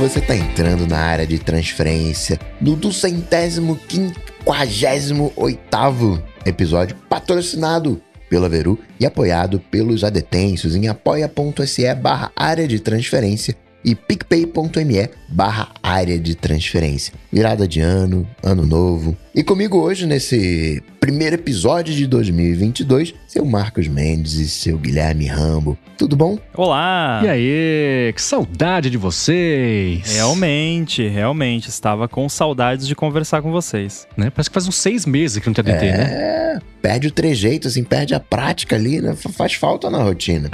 você está entrando na área de transferência do 258º episódio, patrocinado pela Veru e apoiado pelos adetêncios em apoia.se/área de transferência e picpay.me/área de transferência. Virada de ano, ano novo. E comigo hoje, nesse primeiro episódio de 2022, seu Marcos Mendes e seu Guilherme Rambo. Tudo bom? Olá! E aí, que saudade de vocês! Realmente, estava com saudades de conversar com vocês. Né? Parece que faz uns 6 meses que não tem ADT, né? Perde o trejeito, assim, perde a prática ali, né? Faz falta na rotina.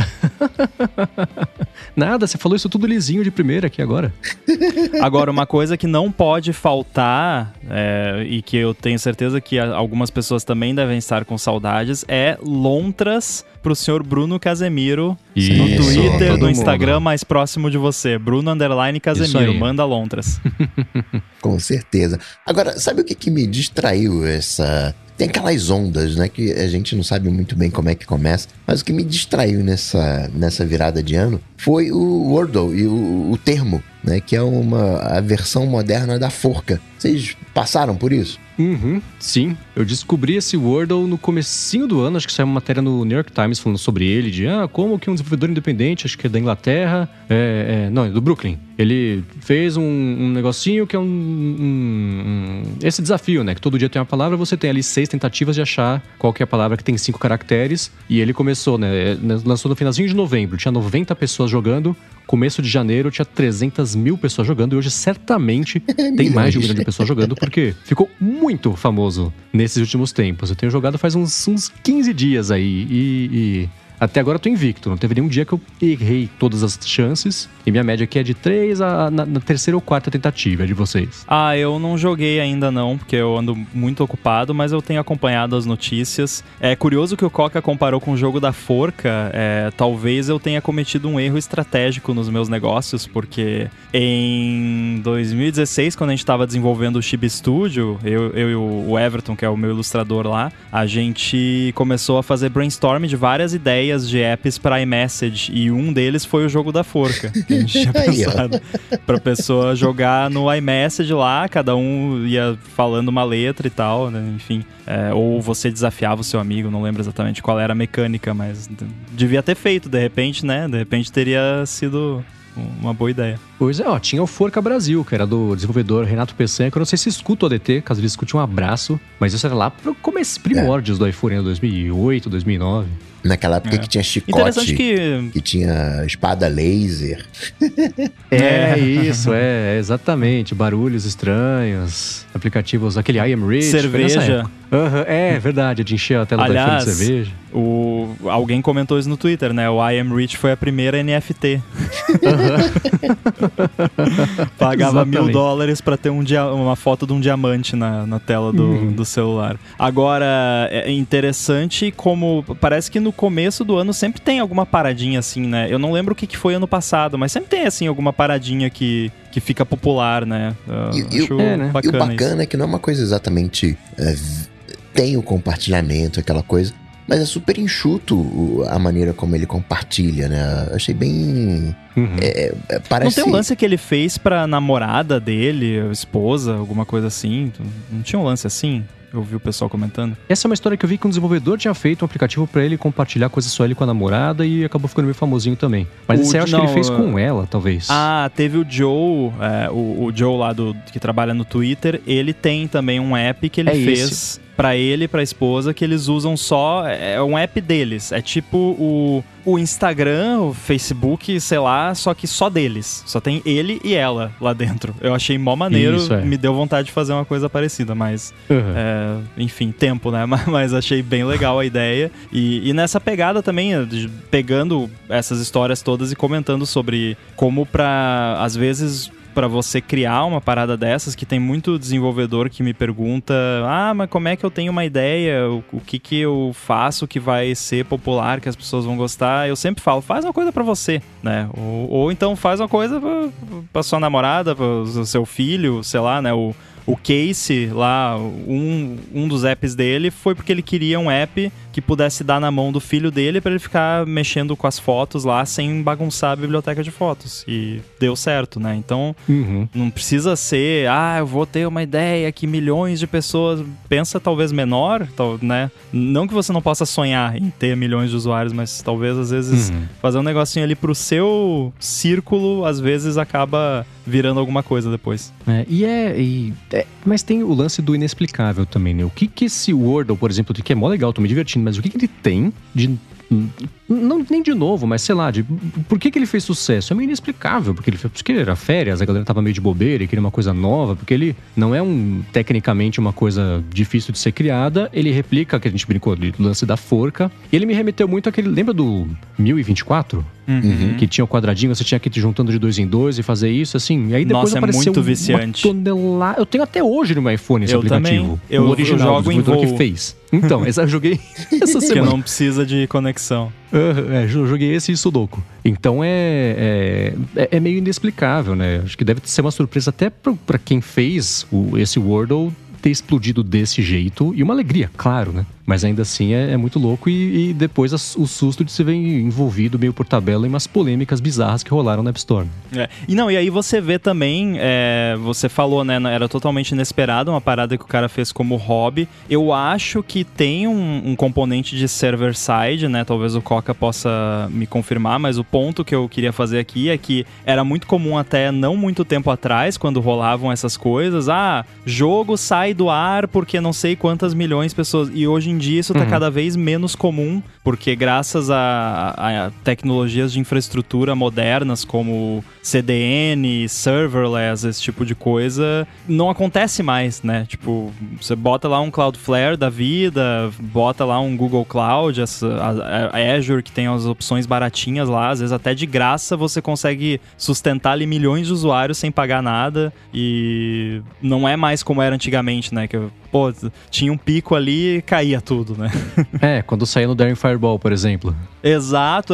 Nada, você falou isso tudo lisinho de primeira aqui agora. Agora, uma coisa que não pode faltar, e que eu tenho certeza que algumas pessoas também devem estar com saudades, é lontras pro senhor Bruno Casemiro no Twitter, no Instagram mais próximo de você. Bruno_Casemiro, manda lontras. Com certeza. Agora, sabe o que me distraiu essa... Tem aquelas ondas, né, que a gente não sabe muito bem como é que começa, mas o que me distraiu nessa virada de ano foi o Wordle e o termo, né, que é a versão moderna da forca. Vocês passaram por isso? Sim, eu descobri esse Wordle no comecinho do ano, acho que saiu uma matéria no New York Times falando sobre ele, de como que um desenvolvedor independente, acho que é da Inglaterra, não, é do Brooklyn, ele fez um negocinho que é esse desafio, né, que todo dia tem uma palavra, você tem ali 6 tentativas de achar qual que é a palavra que tem 5 caracteres, e ele começou, né, lançou no finalzinho de novembro, tinha 90 pessoas jogando, começo de janeiro tinha 300 mil pessoas jogando, e hoje certamente tem mais de 1 milhão de pessoas jogando, porque ficou muito famoso nesses últimos tempos. Eu tenho jogado faz uns 15 dias aí, e até agora eu tô invicto. Não teve nenhum dia que eu errei todas as chances. E minha média aqui é de 3 na terceira ou quarta tentativa de vocês. Eu não joguei ainda não, porque eu ando muito ocupado, mas eu tenho acompanhado as notícias. É curioso que o Coca comparou com o jogo da forca. Talvez eu tenha cometido um erro estratégico nos meus negócios, porque em 2016, quando a gente estava desenvolvendo o Chibi Studio, eu e o Everton, que é o meu ilustrador lá, a gente começou a fazer brainstorm de várias ideias de apps para iMessage, e um deles foi o jogo da forca, que a gente tinha pensado pra pessoa jogar no iMessage lá, cada um ia falando uma letra e tal, né? Enfim, ou você desafiava o seu amigo, não lembro exatamente qual era a mecânica, mas devia ter feito, de repente, né? De repente teria sido uma boa ideia. Pois tinha o Forca Brasil, que era do desenvolvedor Renato Peçanha, que eu não sei se escuta o ADT, caso ele escute, um abraço, mas isso era lá pro começo, primórdios do iPhone, 2008, 2009. Naquela época que tinha chicote, que tinha espada laser. Isso, exatamente. Barulhos estranhos, aplicativos, aquele I Am Rich. Cerveja. É verdade, de encher a tela do iPhone de cerveja. Alguém comentou isso no Twitter, né? O I Am Rich foi a primeira NFT. Pagava $1.000 pra ter uma foto de um diamante na tela do celular. Agora, é interessante como parece que no começo do ano sempre tem alguma paradinha assim, né? Eu não lembro o que foi ano passado, mas sempre tem assim alguma paradinha que fica popular, né? Acho bacana. E o bacana é que não é uma coisa exatamente... tem o compartilhamento, aquela coisa, mas é super enxuto a maneira como ele compartilha, né? Achei bem... parece... Não tem um lance que ele fez pra namorada dele, esposa, alguma coisa assim? Não tinha um lance assim? Eu vi o pessoal comentando. Essa é uma história que eu vi que um desenvolvedor tinha feito um aplicativo pra ele compartilhar coisas só ele com a namorada, e acabou ficando meio famosinho também. Mas esse eu acho que ele fez com ela, talvez. Teve o Joe, o Joe lá que trabalha no Twitter, ele tem também um app que ele fez pra ele e pra esposa, que eles usam só... É um app deles. É tipo o Instagram, o Facebook, sei lá, só que só deles. Só tem ele e ela lá dentro. Eu achei mó maneiro, me deu vontade de fazer uma coisa parecida, mas... enfim, tempo, né? Mas achei bem legal a ideia. E nessa pegada também, pegando essas histórias todas e comentando sobre como às vezes... Pra você criar uma parada dessas, que tem muito desenvolvedor que me pergunta: mas como é que eu tenho uma ideia? O que eu faço que vai ser popular, que as pessoas vão gostar? Eu sempre falo, faz uma coisa pra você, né? Ou então faz uma coisa pra sua namorada, pro seu filho, sei lá, né? O Casey lá, um dos apps dele foi porque ele queria um app que pudesse dar na mão do filho dele para ele ficar mexendo com as fotos lá sem bagunçar a biblioteca de fotos. E deu certo, né? Então, não precisa ser, eu vou ter uma ideia que milhões de pessoas... Pensa talvez menor, né? Não que você não possa sonhar em ter milhões de usuários, mas talvez às vezes fazer um negocinho ali pro seu círculo, às vezes acaba virando alguma coisa depois. Mas tem o lance do inexplicável também, né? O que esse Wordle, por exemplo, que é mó legal, tô me divertindo, mas o que ele tem de... Não, nem de novo, mas sei lá, por que ele fez sucesso? É meio inexplicável, porque ele era férias, a galera tava meio de bobeira e queria uma coisa nova, porque ele não é tecnicamente uma coisa difícil de ser criada, ele replica, que a gente brincou do lance da forca, e ele me remeteu muito àquele, lembra do 1024? Que tinha o quadradinho, você tinha que ir juntando de 2 em 2 e fazer isso, assim, e aí depois apareceu muito viciante. Eu tenho até hoje no meu iPhone esse aplicativo. Eu original, jogo em voo. Que fez. Então, eu joguei essa semana. Que não precisa de conexão. Eu joguei esse e Sudoku. Então é meio inexplicável, né? Acho que deve ser uma surpresa até pra quem fez esse Wordle ter explodido desse jeito. E uma alegria, claro, né? Mas ainda assim é muito louco e depois o susto de se ver envolvido meio por tabela em umas polêmicas bizarras que rolaram na App Store. E aí você vê também, você falou, né, era totalmente inesperado, uma parada que o cara fez como hobby. Eu acho que tem um componente de server-side, né, talvez o Coca possa me confirmar, mas o ponto que eu queria fazer aqui é que era muito comum até não muito tempo atrás, quando rolavam essas coisas, jogo sai do ar porque não sei quantas milhões de pessoas, e hoje em dia isso está cada vez menos comum, porque graças a tecnologias de infraestrutura modernas como CDN, serverless, esse tipo de coisa, não acontece mais, né? Tipo, você bota lá um Cloudflare da vida, bota lá um Google Cloud, a Azure que tem as opções baratinhas lá, às vezes até de graça você consegue sustentar ali milhões de usuários sem pagar nada, e não é mais como era antigamente, né? Que tinha um pico ali e caía tudo, né? Quando saía no Daring Fireball, por exemplo. Exato,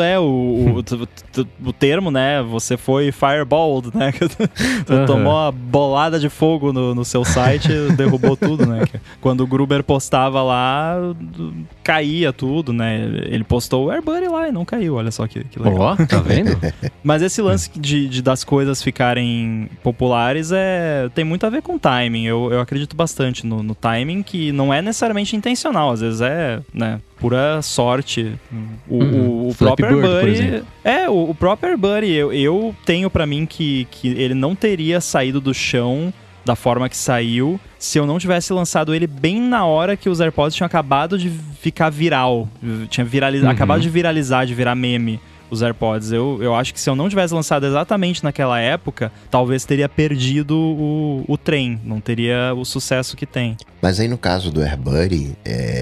o termo, né? Você foi fireballed, né? Tomou uma bolada de fogo no seu site, derrubou tudo, né? Quando o Gruber postava lá, caía tudo, né? Ele postou o AirBuddy lá e não caiu, olha só que legal. Tá vendo? Mas esse lance das coisas ficarem populares tem muito a ver com timing. Eu acredito bastante no timing, que não é necessariamente intencional, às vezes né, pura sorte. O próprio AirBuddy... O próprio AirBuddy, eu tenho pra mim que ele não teria saído do chão da forma que saiu se eu não tivesse lançado ele bem na hora que os AirPods tinham acabado de ficar viral. Tinha acabado de viralizar, de virar meme. Os AirPods. Eu acho que se eu não tivesse lançado exatamente naquela época, talvez teria perdido o trem, não teria o sucesso que tem. Mas aí no caso do AirBuddy,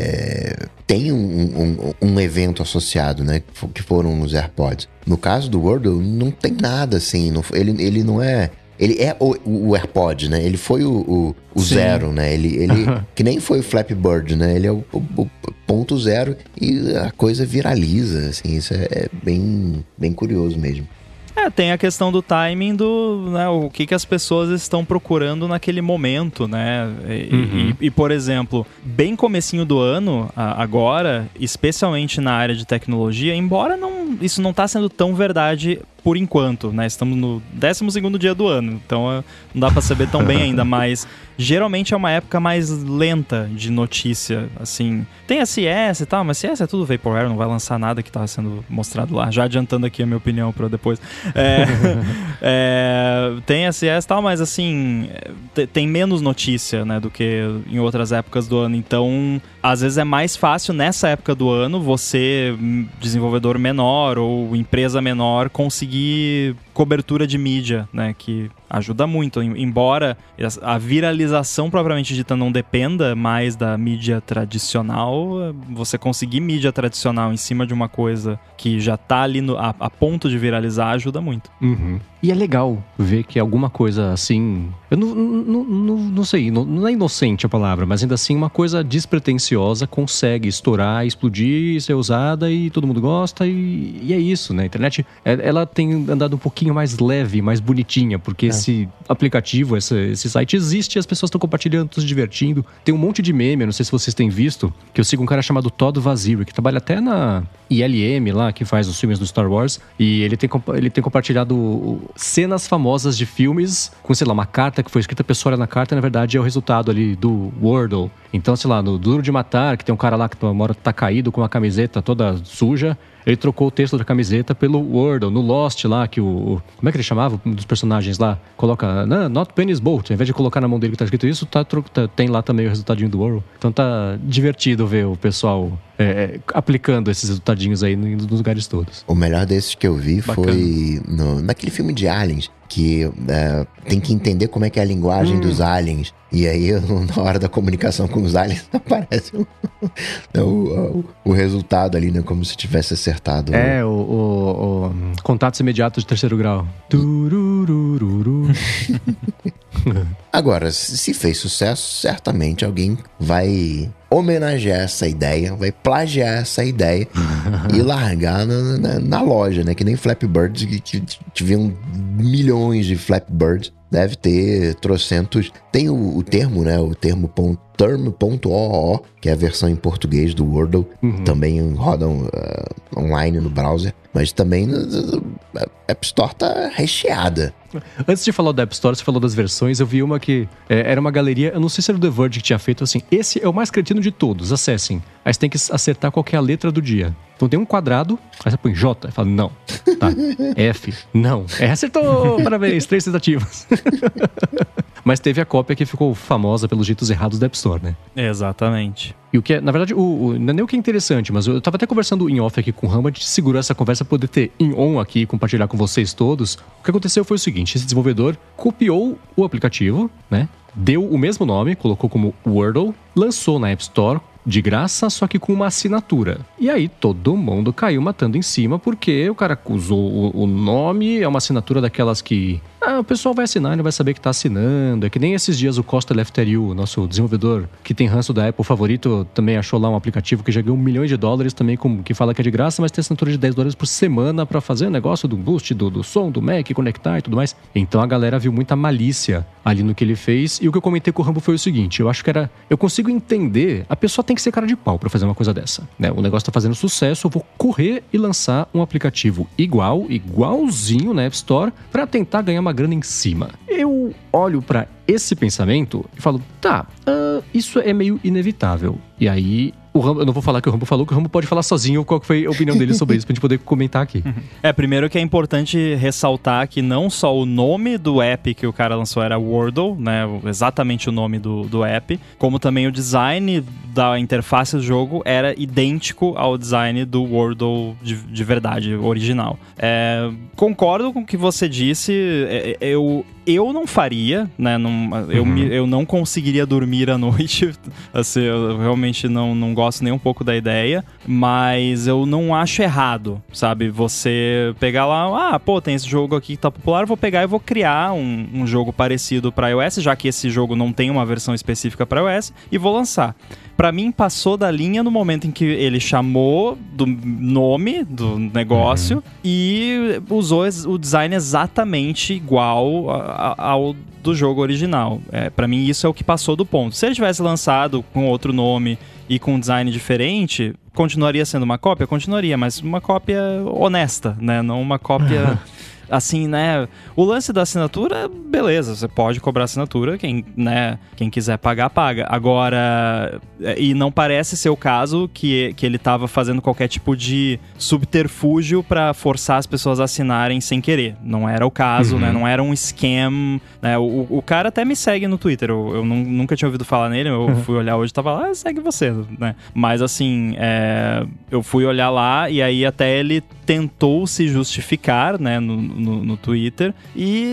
tem um evento associado, né, que foram os AirPods. No caso do Wordle, não tem nada assim, ele não é... Ele é o AirPod, né? Ele foi o zero, né? Ele que nem foi o Flappy Bird, né? Ele é o ponto zero e a coisa viraliza, assim. Isso é bem, bem curioso mesmo. Tem a questão do timing né, o que as pessoas estão procurando naquele momento, né? E, por exemplo, bem comecinho do ano, agora, especialmente na área de tecnologia, embora isso não está sendo tão verdade por enquanto, né? Estamos no 12º dia do ano, então não dá para saber tão bem ainda, mas geralmente é uma época mais lenta de notícia, assim. Tem a CS e tal, mas CS é tudo Vaporware, não vai lançar nada que tá sendo mostrado lá. Já adiantando aqui a minha opinião para depois. Tem a CS e tal, mas assim, tem menos notícia, né, do que em outras épocas do ano. Então, às vezes é mais fácil nessa época do ano você, desenvolvedor menor ou empresa menor, conseguir cobertura de mídia, né, que ajuda muito, embora a viralização propriamente dita não dependa mais da mídia tradicional, você conseguir mídia tradicional em cima de uma coisa que já tá ali a ponto de viralizar ajuda muito. E é legal ver que alguma coisa assim, eu não sei, não é inocente a palavra, mas ainda assim uma coisa despretensiosa consegue estourar, explodir, ser usada e todo mundo gosta e é isso, né? A internet, ela tem andado um pouquinho pouquinho mais leve, mais bonitinha, porque esse aplicativo, esse site existe e as pessoas estão compartilhando, estão se divertindo. Tem um monte de meme, eu não sei se vocês têm visto, que eu sigo um cara chamado Todd Vaziri, que trabalha até na ILM lá, que faz os filmes do Star Wars, e ele tem compartilhado cenas famosas de filmes com, sei lá, uma carta que foi escrita, a pessoa olha na carta e na verdade é o resultado ali do Wordle. Então, sei lá, no Duro de Matar, que tem um cara lá que uma hora tá caído com uma camiseta toda suja, ele trocou o texto da camiseta pelo Wordle. No Lost lá, que como é que ele chamava? Um dos personagens lá, coloca, not penis boat. Ao invés de colocar na mão dele que tá escrito isso, tem lá também o resultadinho do Wordle. Então tá divertido ver o pessoal aplicando esses resultadinhos aí nos lugares todos. O melhor desses que eu vi foi naquele filme de Aliens, que tem que entender como é que é a linguagem dos aliens. E aí, na hora da comunicação com os aliens, aparece o resultado ali, né? Como se tivesse acertado. O contatos imediatos de terceiro grau. Tururururu. Agora, se fez sucesso, certamente alguém vai homenagear essa ideia, vai plagiar essa ideia e largar na loja, né? Que nem Flappy Bird, que tiveram milhões de Flappy Birds. Deve ter trocentos. Tem o termo, né? O termo term.oo, que é a versão em português do Wordle. Também rodam online no browser. Mas também a App Store tá recheada. Antes de falar da App Store, você falou das versões. Eu vi uma que era uma galeria. Eu não sei se era o The Verge que tinha feito assim. Esse é o mais cretino de todos, acessem. Aí você tem que acertar qual que é a letra do dia. Então tem um quadrado, aí você põe J, aí fala não. Tá. F, não. Acertou! Parabéns, 3 tentativas. Mas teve a cópia que ficou famosa pelos jeitos errados da App Store, né? Exatamente. E o que é, na verdade, não é nem o que é interessante, mas eu tava até conversando em off aqui com o Ramba, a gente segurou essa conversa pra poder ter em on aqui e compartilhar com vocês todos. O que aconteceu foi o seguinte, esse desenvolvedor copiou o aplicativo, né? Deu o mesmo nome, colocou como Wordle, lançou na App Store de graça, só que com uma assinatura. E aí todo mundo caiu matando em cima porque o cara usou o nome, é uma assinatura daquelas que o pessoal vai assinar e não vai saber que tá assinando. É que nem esses dias o Costa Left You, nosso desenvolvedor que tem ranço da Apple favorito, também achou lá um aplicativo que já ganhou $1 milhões também, que fala que é de graça, mas tem assinatura de $10 por semana pra fazer o negócio do boost, do som, do Mac, conectar e tudo mais. Então a galera viu muita malícia ali no que ele fez. E o que eu comentei com o Rambo foi o seguinte, eu acho que eu consigo entender, a pessoa tem que ser cara de pau pra fazer uma coisa dessa, né? O negócio tá fazendo sucesso, eu vou correr e lançar um aplicativo igualzinho na App Store pra tentar ganhar uma grana em cima. Eu olho pra esse pensamento e falo, isso é meio inevitável. E aí, o Rambo, eu não vou falar que o Rambo falou, que o Rambo pode falar sozinho qual que foi a opinião dele sobre isso, pra gente poder comentar aqui. Primeiro que é importante ressaltar que não só o nome do app que o cara lançou era Wordle, né, exatamente o nome do app, como também o design da interface do jogo era idêntico ao design do Wordle de verdade, original. Concordo com o que você disse, eu não faria, né? Eu não conseguiria dormir à noite. Assim, eu realmente não gosto nem um pouco da ideia. Mas eu não acho errado, sabe? Você pegar lá, tem esse jogo aqui que tá popular, eu vou pegar e vou criar um jogo parecido para iOS, já que esse jogo não tem uma versão específica para iOS, e vou lançar. Pra mim, passou da linha no momento em que ele chamou do nome do negócio e usou o design exatamente igual ao do jogo original. Pra mim, isso é o que passou do ponto. Se ele tivesse lançado com outro nome e com um design diferente, continuaria sendo uma cópia? Continuaria, mas uma cópia honesta, né? Não uma cópia... Assim, né, o lance da assinatura, beleza, você pode cobrar assinatura, quem quiser pagar, paga. Agora, e não parece ser o caso que ele tava fazendo qualquer tipo de subterfúgio pra forçar as pessoas a assinarem sem querer. Não era o caso, né, não era um scam, né, o cara até me segue no Twitter, eu nunca tinha ouvido falar nele, eu fui olhar hoje, tava lá, segue você, né. Mas assim, eu fui olhar lá e aí até ele tentou se justificar, né, no Twitter, e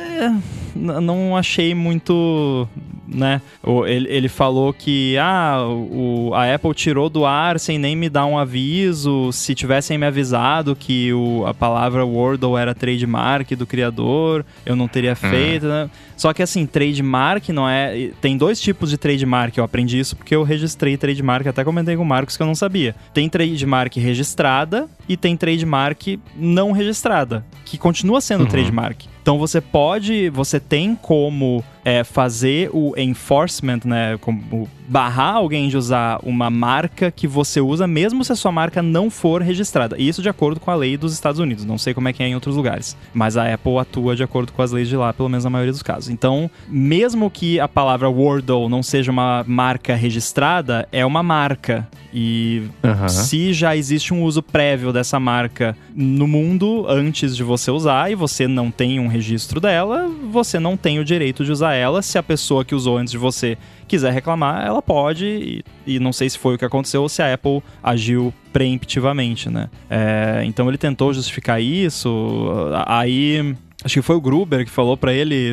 não achei muito, né? Ele falou que a Apple tirou do ar sem nem me dar um aviso. Se tivessem me avisado que a palavra Wordle era trademark do criador, eu não teria feito, né? Só que assim, trademark não é... Tem 2 tipos de trademark, eu aprendi isso porque eu registrei trademark, até comentei com o Marcos que eu não sabia. Tem trademark registrada e tem trademark não registrada, que continua sendo trademark. Então você tem como fazer o enforcement, né, como barrar alguém de usar uma marca que você usa, mesmo se a sua marca não for registrada. E isso de acordo com a lei dos Estados Unidos. Não sei como é que é em outros lugares, mas a Apple atua de acordo com as leis de lá, pelo menos na maioria dos casos. Então, mesmo que a palavra Wordle não seja uma marca registrada, é uma marca. E se já existe um uso prévio dessa marca no mundo antes de você usar e você não tem um registro dela, você não tem o direito de usar ela. Se a pessoa que usou antes de você quiser reclamar, ela pode, e não sei se foi o que aconteceu ou se a Apple agiu preemptivamente, né? Então ele tentou justificar isso, aí... Acho que foi o Gruber que falou pra ele,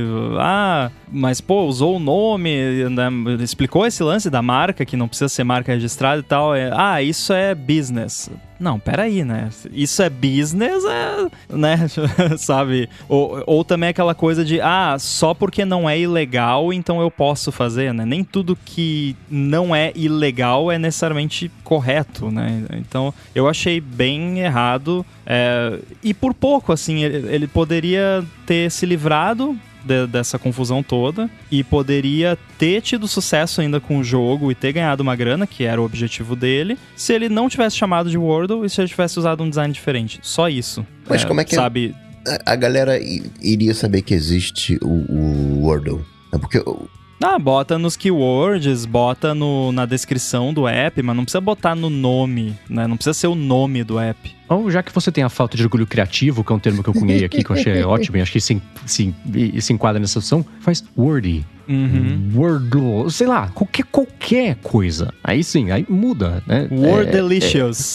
mas pô, usou o nome, né? Explicou esse lance da marca, que não precisa ser marca registrada e tal. Isso é business. Não, peraí, né? Isso é business, né? Sabe? Ou também aquela coisa de, só porque não é ilegal, então eu posso fazer, né? Nem tudo que não é ilegal é necessariamente correto, né? Então, eu achei bem errado. E por pouco, assim, ele poderia ter se livrado dessa confusão toda e poderia ter tido sucesso ainda com o jogo e ter ganhado uma grana, que era o objetivo dele, se ele não tivesse chamado de Wordle e se ele tivesse usado um design diferente. Só isso. Mas como é que sabe? A galera iria saber que existe o Wordle? Porque... bota nos keywords, bota na descrição do app, mas não precisa botar no nome, né? Não precisa ser o nome do app. Ou já que você tem a falta de orgulho criativo, que é um termo que eu cunhei aqui, que eu achei ótimo, e acho que se enquadra nessa opção, faz wordy. Wordle, sei lá, qualquer coisa. Aí sim, aí muda, né? Wordelicious.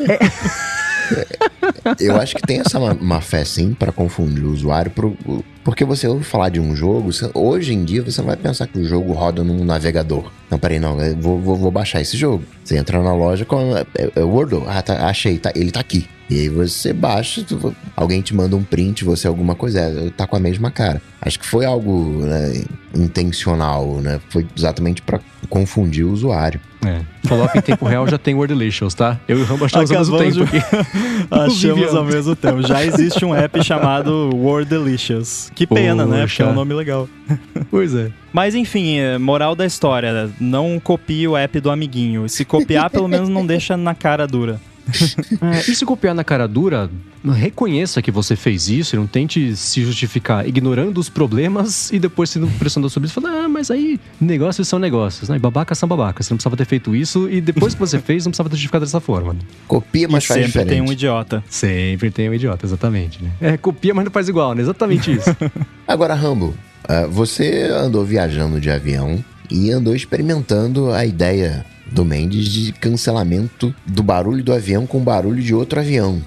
Eu acho que tem essa má fé, sim, pra confundir o usuário, porque você ouve falar de um jogo, hoje em dia você não vai pensar que o jogo roda num navegador. Não, peraí, não, eu vou baixar esse jogo. Você entra na loja com Wordle, achei, ele tá aqui. E aí você baixa, alguém te manda um print, você alguma coisa, tá com a mesma cara. Acho que foi algo, né, intencional, né? Foi exatamente pra confundir o usuário. Falou que em tempo real já tem Wordelicious, tá? Eu e o Rambo achamos ao mesmo tempo aqui. Achamos ao mesmo tempo. Já existe um app chamado Wordelicious. Que pena, né? Porque é um nome legal. Pois é. Mas enfim, moral da história, não copie o app do amiguinho. Se copiar, pelo menos não deixa na cara dura. E se copiar na cara dura, reconheça que você fez isso e não tente se justificar ignorando os problemas e depois sendo pressionado sobre isso. Fala, mas aí negócios são negócios, né? E babacas são babacas. Você não precisava ter feito isso e depois que você fez, não precisava ter justificado dessa forma. Copia, mas faz diferente. Sempre tem um idiota. Sempre tem um idiota, exatamente, né? Copia, mas não faz igual, né? Exatamente isso. Agora, Rambo, você andou viajando de avião e andou experimentando a ideia do Mendes de cancelamento do barulho do avião com barulho de outro avião.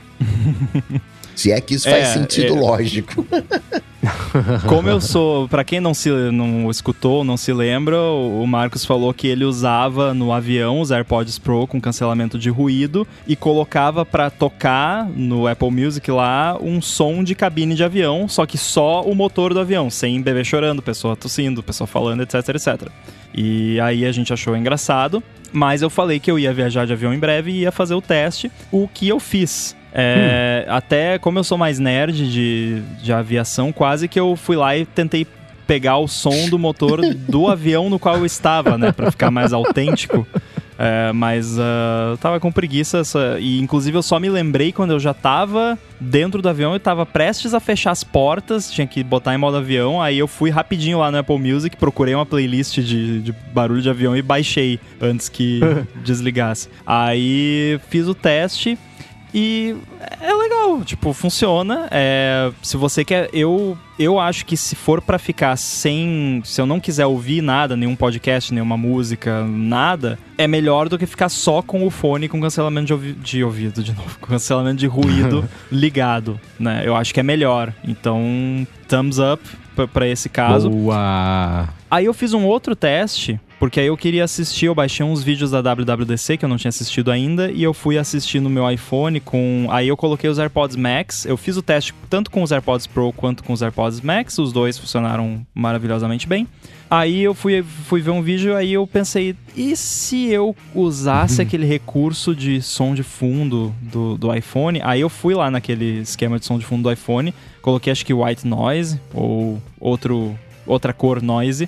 Se é que isso faz sentido lógico. Como eu sou... Pra quem não escutou, não se lembra, o Marcos falou que ele usava no avião os AirPods Pro com cancelamento de ruído e colocava pra tocar no Apple Music lá um som de cabine de avião, só que só o motor do avião, sem bebê chorando, pessoa tossindo, pessoa falando, etc, etc. E aí a gente achou engraçado, mas eu falei que eu ia viajar de avião em breve e ia fazer o teste, o que eu fiz. Até como eu sou mais nerd de aviação, quase que eu fui lá e tentei pegar o som do motor do avião no qual eu estava, né, pra ficar mais autêntico. Mas eu tava com preguiça e inclusive eu só me lembrei quando eu já tava dentro do avião e tava prestes a fechar as portas, tinha que botar em modo avião, aí eu fui rapidinho lá no Apple Music, procurei uma playlist de barulho de avião e baixei antes que desligasse. Aí fiz o teste e é legal, tipo, funciona. Se você quer... Eu acho que se for pra ficar sem... Se eu não quiser ouvir nada, nenhum podcast, nenhuma música, nada, é melhor do que ficar só com o fone com cancelamento de ouvido, de novo, com cancelamento de ruído ligado, né? Eu acho que é melhor. Então, thumbs up pra esse caso. Boa! Aí eu fiz um outro teste, Porque aí eu queria assistir, eu baixei uns vídeos da WWDC que eu não tinha assistido ainda, e eu fui assistir no meu iPhone com... Aí eu coloquei os AirPods Max, eu fiz o teste tanto com os AirPods Pro quanto com os AirPods Max, os dois funcionaram maravilhosamente bem. Aí eu fui ver um vídeo, aí eu pensei, e se eu usasse aquele recurso de som de fundo do iPhone? Aí eu fui lá naquele esquema de som de fundo do iPhone, coloquei acho que white noise ou outra cor noise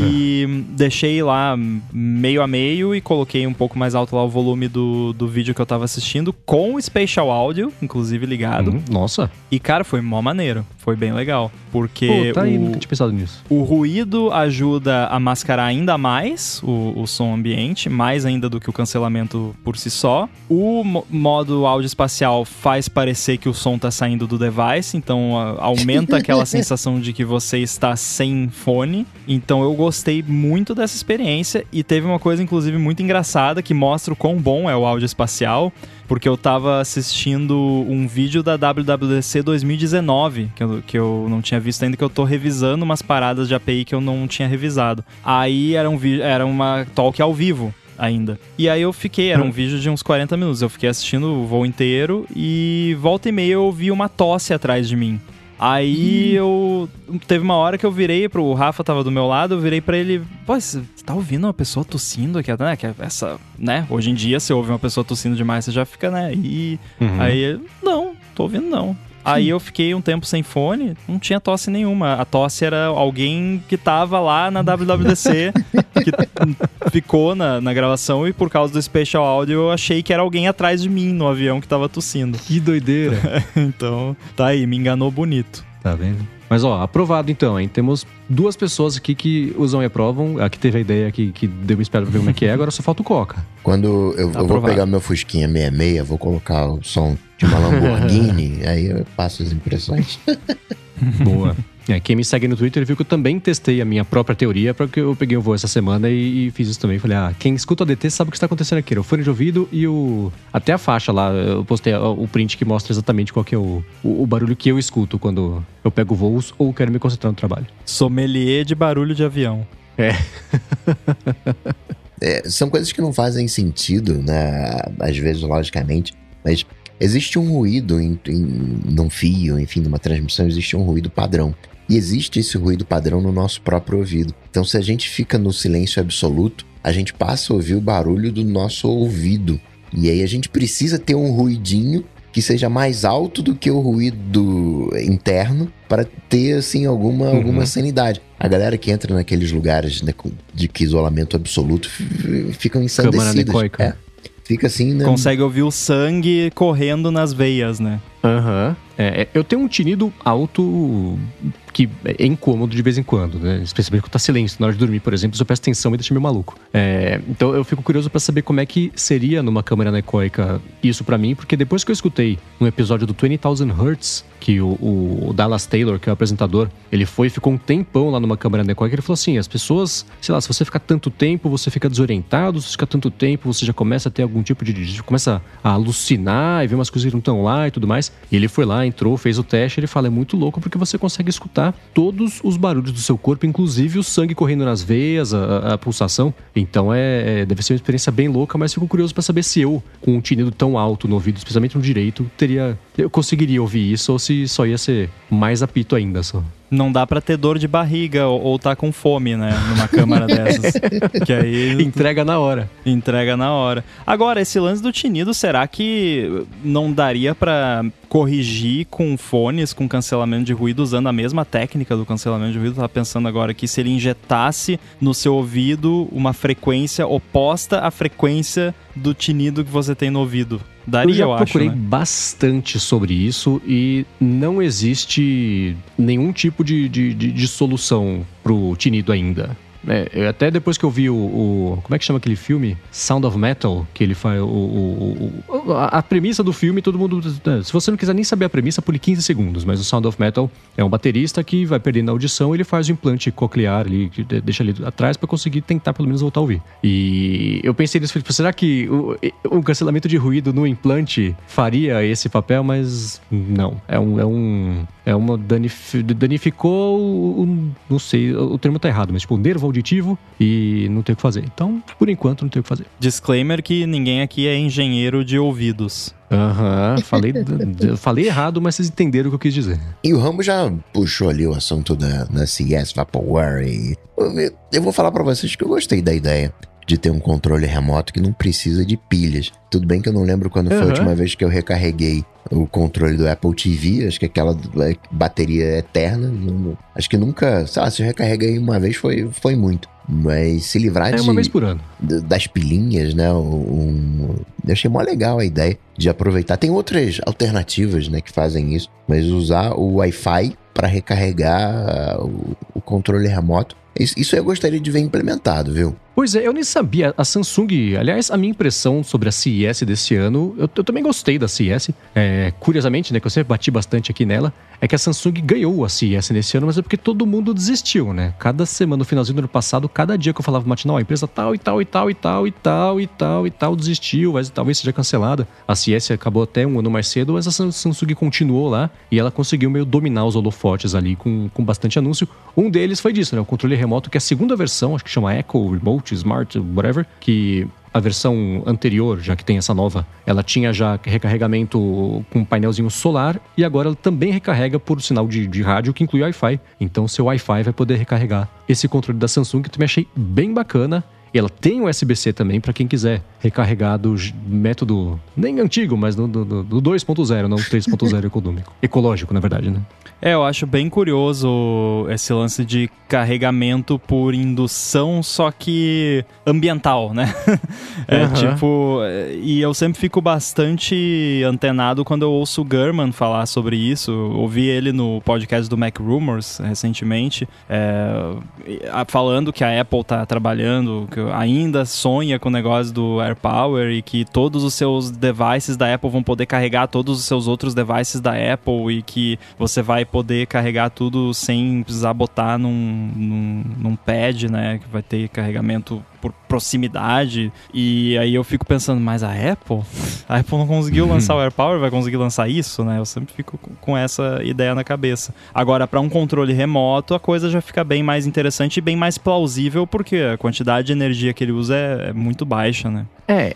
e deixei lá meio a meio e coloquei um pouco mais alto lá o volume do vídeo que eu tava assistindo com o Spatial Audio, inclusive ligado. Nossa! E cara, foi mó maneiro, foi bem legal, porque nunca tinha pensado nisso. O ruído ajuda a mascarar ainda mais o som ambiente, mais ainda do que o cancelamento por si só. O modo áudio espacial faz parecer que o som tá saindo do device, então aumenta aquela sensação de que você está sem fone. Então eu gostei muito dessa experiência e teve uma coisa inclusive muito engraçada que mostra o quão bom é o áudio espacial, porque eu tava assistindo um vídeo da WWDC 2019, que eu não tinha visto ainda, que eu tô revisando umas paradas de API que eu não tinha revisado. Aí era uma talk ao vivo ainda. E aí era um vídeo de uns 40 minutos, eu fiquei assistindo o voo inteiro e volta e meia eu ouvi uma tosse atrás de mim. Aí teve uma hora que eu virei o Rafa tava do meu lado, eu virei pra ele, pô, você tá ouvindo uma pessoa tossindo aqui, né? Que essa, né? Hoje em dia, se ouve uma pessoa tossindo demais, você já fica, né? E aí ele, não, tô ouvindo não. Aí eu fiquei um tempo sem fone, não tinha tosse nenhuma. A tosse era alguém que tava lá na WWDC, que ficou na gravação e por causa do Spatial Audio eu achei que era alguém atrás de mim no avião que tava tossindo. Que doideira! Então, tá aí, me enganou bonito. Tá vendo? Mas aprovado então, hein? Temos 2 pessoas aqui que usam e aprovam. A que teve a ideia que deu uma espera pra ver como é que é, agora só falta o Coca. Quando eu vou pegar meu Fusquinha 66, vou colocar o som de uma Lamborghini, aí eu passo as impressões. Boa. Quem me segue no Twitter viu que eu também testei a minha própria teoria, porque eu peguei um voo essa semana e fiz isso também. Falei, quem escuta o ADT sabe o que está acontecendo aqui. O fone de ouvido e até a faixa lá, eu postei o print que mostra exatamente qual que é o barulho que eu escuto quando eu pego voos ou quero me concentrar no trabalho. Sommelier de barulho de avião. São coisas que não fazem sentido, né? Às vezes, logicamente, mas existe um ruído num fio, enfim, numa transmissão, existe um ruído padrão. E existe esse ruído padrão no nosso próprio ouvido. Então, se a gente fica no silêncio absoluto, a gente passa a ouvir o barulho do nosso ouvido. E aí a gente precisa ter um ruidinho que seja mais alto do que o ruído interno para ter, assim, alguma sanidade. A galera que entra naqueles lugares, né, de que isolamento absoluto ficam ensandecidos. Câmara anecoica. Fica assim, né? Consegue ouvir o sangue correndo nas veias, né? Eu tenho um tinido alto que é incômodo de vez em quando, né? Especialmente quando tá silêncio. Na hora de dormir, por exemplo, se eu presto atenção, me deixa meio maluco. Então eu fico curioso pra saber como é que seria numa câmera anecoica isso pra mim, porque depois que eu escutei um episódio do 20,000 Hertz, que o Dallas Taylor, que é o apresentador, ele ficou um tempão lá numa câmera anecoica, ele falou assim, as pessoas, sei lá, se você ficar tanto tempo, você fica desorientado, se você ficar tanto tempo, você já começa a ter algum tipo de... começa a alucinar e ver umas coisas que não estão lá e tudo mais. E ele foi lá, entrou, fez o teste, ele fala, é muito louco porque você consegue escutar todos os barulhos do seu corpo, inclusive o sangue correndo nas veias, a pulsação. Então deve ser uma experiência bem louca, mas fico curioso pra saber se eu, com um tinido tão alto no ouvido, especialmente no direito, eu conseguiria ouvir isso ou se só ia ser mais apito ainda só. Não dá pra ter dor de barriga ou tá com fome, né? Numa câmara dessas. Que aí... Entrega na hora. Agora, esse lance do tinido, será que não daria pra corrigir com fones, com cancelamento de ruído, usando a mesma técnica do cancelamento de ruído? Eu tava pensando agora que se ele injetasse no seu ouvido uma frequência oposta à frequência do tinido que você tem no ouvido. Daria, eu acho, procurei bastante sobre isso e não existe nenhum tipo de solução pro tinido ainda. Até depois que eu vi como é que chama aquele filme? Sound of Metal, que ele faz a premissa do filme, todo mundo... Se você não quiser nem saber a premissa, pule 15 segundos. Mas o Sound of Metal é um baterista que vai perdendo a audição e ele faz o implante coclear ali, que deixa ali atrás pra conseguir tentar pelo menos voltar a ouvir. E eu pensei nisso, será que o cancelamento de ruído no implante faria esse papel? Mas não. Danificou não sei, o termo tá errado, mas tipo, o nervo auditivo e não tem o que fazer. Então, por enquanto, não tem o que fazer. Disclaimer que ninguém aqui é engenheiro de ouvidos. Falei errado, mas vocês entenderam o que eu quis dizer. E o Rambo já puxou ali o assunto da CES Vaporware. Eu vou falar pra vocês que eu gostei da ideia de ter um controle remoto que não precisa de pilhas. Tudo bem que eu não lembro quando foi a última vez que eu recarreguei o controle do Apple TV. Acho que aquela bateria eterna. Acho que nunca... Sei lá, se eu recarreguei uma vez foi muito. Mas se livrar uma vez por ano. Das pilinhas, né? Eu achei mó legal a ideia de aproveitar. Tem outras alternativas, né, que fazem isso. Mas usar o Wi-Fi para recarregar o controle remoto. Isso eu gostaria de ver implementado, viu? Pois é, eu nem sabia. A Samsung, aliás, a minha impressão sobre a CES desse ano, eu também gostei da CES. Curiosamente, né, que eu sempre bati bastante aqui nela, é que a Samsung ganhou a CES nesse ano, mas é porque todo mundo desistiu, né? Cada semana, no finalzinho do ano passado, cada dia que eu falava matinal, a empresa tal e tal e tal e tal e tal e tal e tal desistiu, mas talvez seja cancelada. A CES acabou até um ano mais cedo, mas a Samsung continuou lá e ela conseguiu meio dominar os holofotes ali com bastante anúncio. Um deles foi disso, né? O controle remoto, que é a segunda versão, acho que chama Echo Remote Smart, whatever, que a versão anterior, já que tem essa nova, ela tinha já recarregamento com um painelzinho solar e agora ela também recarrega por sinal de rádio que inclui Wi-Fi. Então seu Wi-Fi vai poder recarregar esse controle da Samsung, que eu também achei bem bacana. E ela tem um USB-C também para quem quiser recarregar do método nem antigo, mas do 2.0, não 3.0 ecológico, na verdade, né? Eu acho bem curioso esse lance de carregamento por indução, só que ambiental, né? E eu sempre fico bastante antenado quando eu ouço o Gurman falar sobre isso. Ouvi ele no podcast do Mac Rumors recentemente, falando que a Apple tá trabalhando, que ainda sonha com o negócio do AirPower e que todos os seus devices da Apple vão poder carregar todos os seus outros devices da Apple e que você vai poder carregar tudo sem precisar botar num pad, né? Que vai ter carregamento por proximidade. E aí eu fico pensando, mas a Apple não conseguiu lançar o AirPower, vai conseguir lançar isso, né? Eu sempre fico com essa ideia na cabeça. Agora, para um controle remoto, a coisa já fica bem mais interessante e bem mais plausível, porque a quantidade de energia que ele usa é muito baixa, né?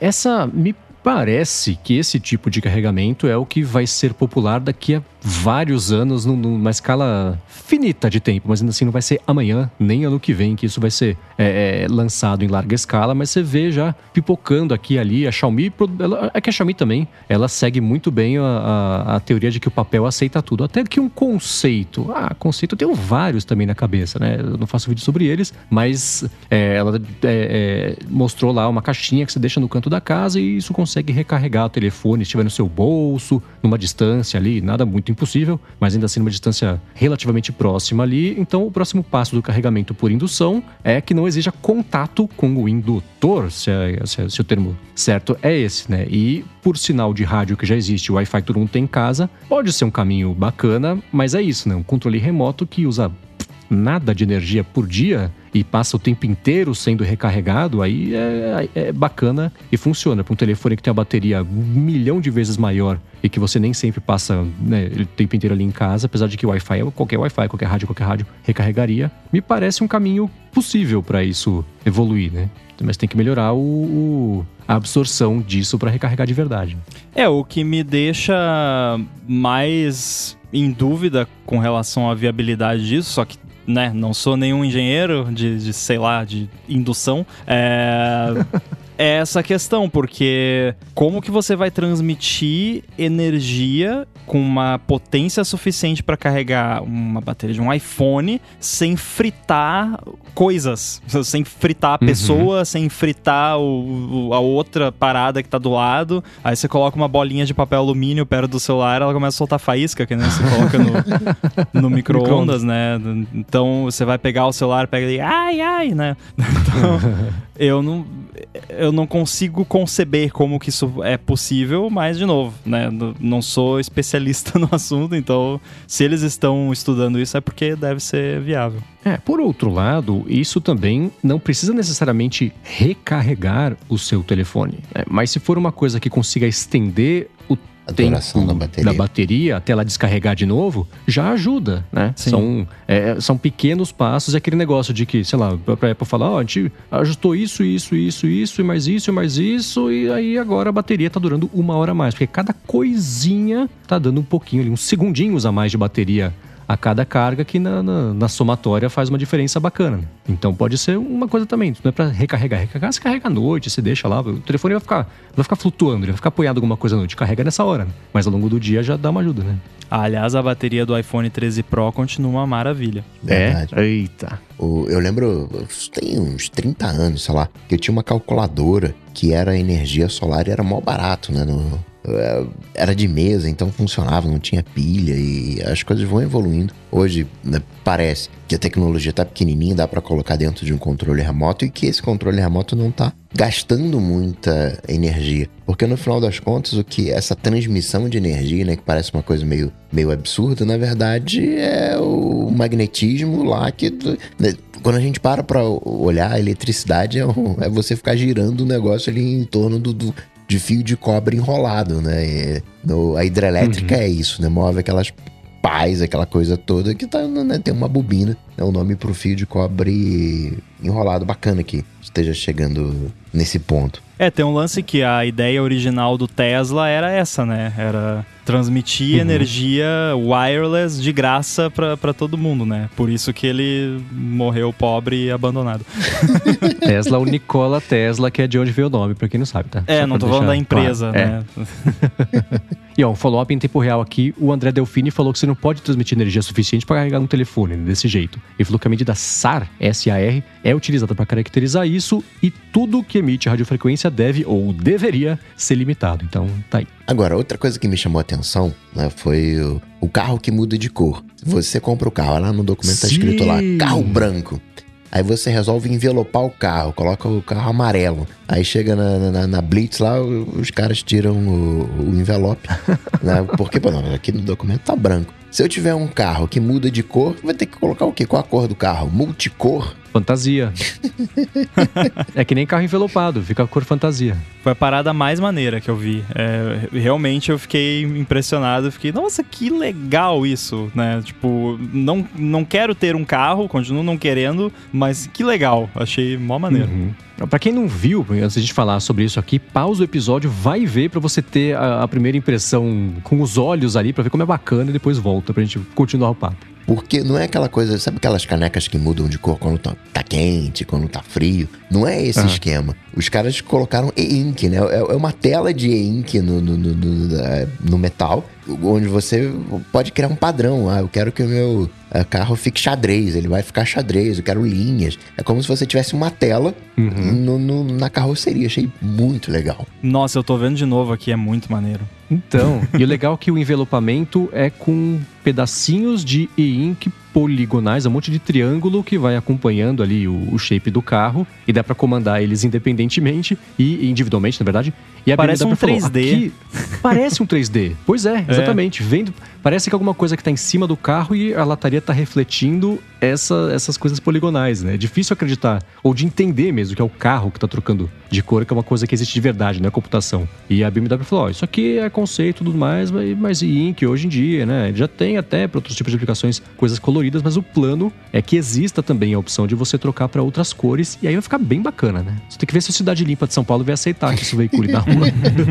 Me parece que esse tipo de carregamento é o que vai ser popular daqui a vários anos, numa escala finita de tempo, mas ainda assim não vai ser amanhã, nem ano que vem, que isso vai ser lançado em larga escala, mas você vê já pipocando aqui e ali. A Xiaomi, que a Xiaomi também, ela segue muito bem a teoria de que o papel aceita tudo, até que um conceito eu tenho vários também na cabeça, né? Eu não faço vídeo sobre eles, mas ela mostrou lá uma caixinha que você deixa no canto da casa e isso consegue recarregar o telefone se estiver no seu bolso, numa distância ali, nada muito impossível, mas ainda assim numa distância relativamente próxima ali. Então o próximo passo do carregamento por indução é que não exija contato com o indutor, se o termo certo é esse, né? E por sinal de rádio que já existe, o Wi-Fi que todo mundo tem em casa, pode ser um caminho bacana, mas é isso, né? Um controle remoto que usa nada de energia por dia e passa o tempo inteiro sendo recarregado, aí é bacana e funciona. Para um telefone que tem uma bateria 1 milhão de vezes maior e que você nem sempre passa, né, o tempo inteiro ali em casa, apesar de que o Wi-Fi, qualquer rádio recarregaria, me parece um caminho possível para isso evoluir, né? Mas tem que melhorar a absorção disso para recarregar de verdade. O que me deixa mais em dúvida com relação à viabilidade disso, só que, né, não sou nenhum engenheiro de indução, é essa questão, porque como que você vai transmitir energia com uma potência suficiente para carregar uma bateria de um iPhone sem fritar coisas, sem fritar a pessoa, sem fritar a outra parada que tá do lado. Aí você coloca uma bolinha de papel alumínio perto do celular, ela começa a soltar faísca, que nem você coloca no micro-ondas, né? Então você vai pegar o celular, pega e ai, né? Então eu não consigo conceber como que isso é possível, mas, de novo, né, não sou especialista no assunto, então se eles estão estudando isso é porque deve ser viável. Por outro lado, isso também não precisa necessariamente recarregar o seu telefone, né? Mas se for uma coisa que consiga estender o a duração da bateria até ela descarregar de novo, já ajuda, né? São pequenos passos, é aquele negócio de que, sei lá, pra Apple falar, a gente ajustou isso, e mais isso, e aí agora a bateria tá durando 1 hora a mais, porque cada coisinha tá dando um pouquinho ali, uns segundinhos a mais de bateria a cada carga, que na somatória faz uma diferença bacana. Então pode ser uma coisa também, não é pra recarregar, você carrega à noite, você deixa lá, o telefone vai ficar flutuando, ele vai ficar apoiado em alguma coisa à noite, carrega nessa hora, né? Mas ao longo do dia já dá uma ajuda, né? Aliás, a bateria do iPhone 13 Pro continua uma maravilha. Verdade. Eita. Eu lembro, tem uns 30 anos, sei lá, que eu tinha uma calculadora que era energia solar e era mó barato, né? Era de mesa, então funcionava, não tinha pilha e as coisas vão evoluindo. Hoje, né, parece que a tecnologia tá pequenininha, dá para colocar dentro de um controle remoto e que esse controle remoto não tá gastando muita energia. Porque no final das contas, essa transmissão de energia, né, que parece uma coisa meio absurda, na verdade é o magnetismo lá que... Né, quando a gente para olhar, a eletricidade é você ficar girando o negócio ali em torno de fio de cobre enrolado, né? A hidrelétrica é isso, né? Move aquelas pás, aquela coisa toda que tá, né? Tem uma bobina, é o nome pro fio de cobre enrolado. Bacana que esteja chegando nesse ponto. Tem um lance que a ideia original do Tesla era essa, né? Era transmitir energia wireless de graça pra todo mundo, né? Por isso que ele morreu pobre e abandonado. Tesla, o Nikola Tesla, que é de onde veio o nome, pra quem não sabe, tá? Não tô falando da empresa, claro, né? E um follow-up em tempo real aqui, o André Delfini falou que você não pode transmitir energia suficiente para carregar um telefone desse jeito. Ele falou que a medida SAR, S-A-R, é utilizada para caracterizar isso e tudo que emite radiofrequência deve ou deveria ser limitado. Então, tá aí. Agora, outra coisa que me chamou a atenção, né, foi o carro que muda de cor. Você compra o carro, lá no documento tá escrito lá, carro branco. Aí você resolve envelopar o carro, coloca o carro amarelo. Aí chega na Blitz lá, os caras tiram o envelope, né? Porque, não, aqui no documento tá branco. Se eu tiver um carro que muda de cor, vai ter que colocar o quê? Qual a cor do carro? Multicor? Fantasia. É que nem carro envelopado, fica a cor fantasia. Foi a parada mais maneira que eu vi. Realmente eu fiquei impressionado, fiquei, nossa, que legal isso, né? Tipo, não quero ter um carro, continuo não querendo, mas que legal, achei mó maneiro. Pra quem não viu, antes de a gente falar sobre isso aqui, pausa o episódio, vai ver pra você ter a primeira impressão com os olhos ali, pra ver como é bacana e depois volta pra gente continuar o papo. Porque não é aquela coisa, sabe aquelas canecas que mudam de cor quando tá quente, quando tá frio? Não é esse esquema. Os caras colocaram e-ink, né? É uma tela de e-ink no metal, onde você pode criar um padrão. Eu quero que o meu carro fique xadrez, ele vai ficar xadrez, eu quero linhas. É como se você tivesse uma tela na carroceria. Achei muito legal. Nossa, eu tô vendo de novo aqui, é muito maneiro. Então, e o legal é que o envelopamento é com pedacinhos de e-ink poligonais, um monte de triângulo que vai acompanhando ali o shape do carro e dá pra comandar eles independentemente e individualmente, na verdade. E a parece um 3D. Aqui, parece um 3D. Pois é, exatamente. Parece que alguma coisa que tá em cima do carro e a lataria tá refletindo essas coisas poligonais, né? É difícil acreditar, ou de entender mesmo, que é o carro que tá trocando de cor, que é uma coisa que existe de verdade, não é computação. E a BMW falou, isso aqui é conceito e tudo mais, mas e-ink hoje em dia, né? Já tem até para outros tipos de aplicações coisas coloridas, mas o plano é que exista também a opção de você trocar para outras cores, e aí vai ficar bem bacana, né? Você tem que ver se a Cidade Limpa de São Paulo vai aceitar que isso veicule na rua.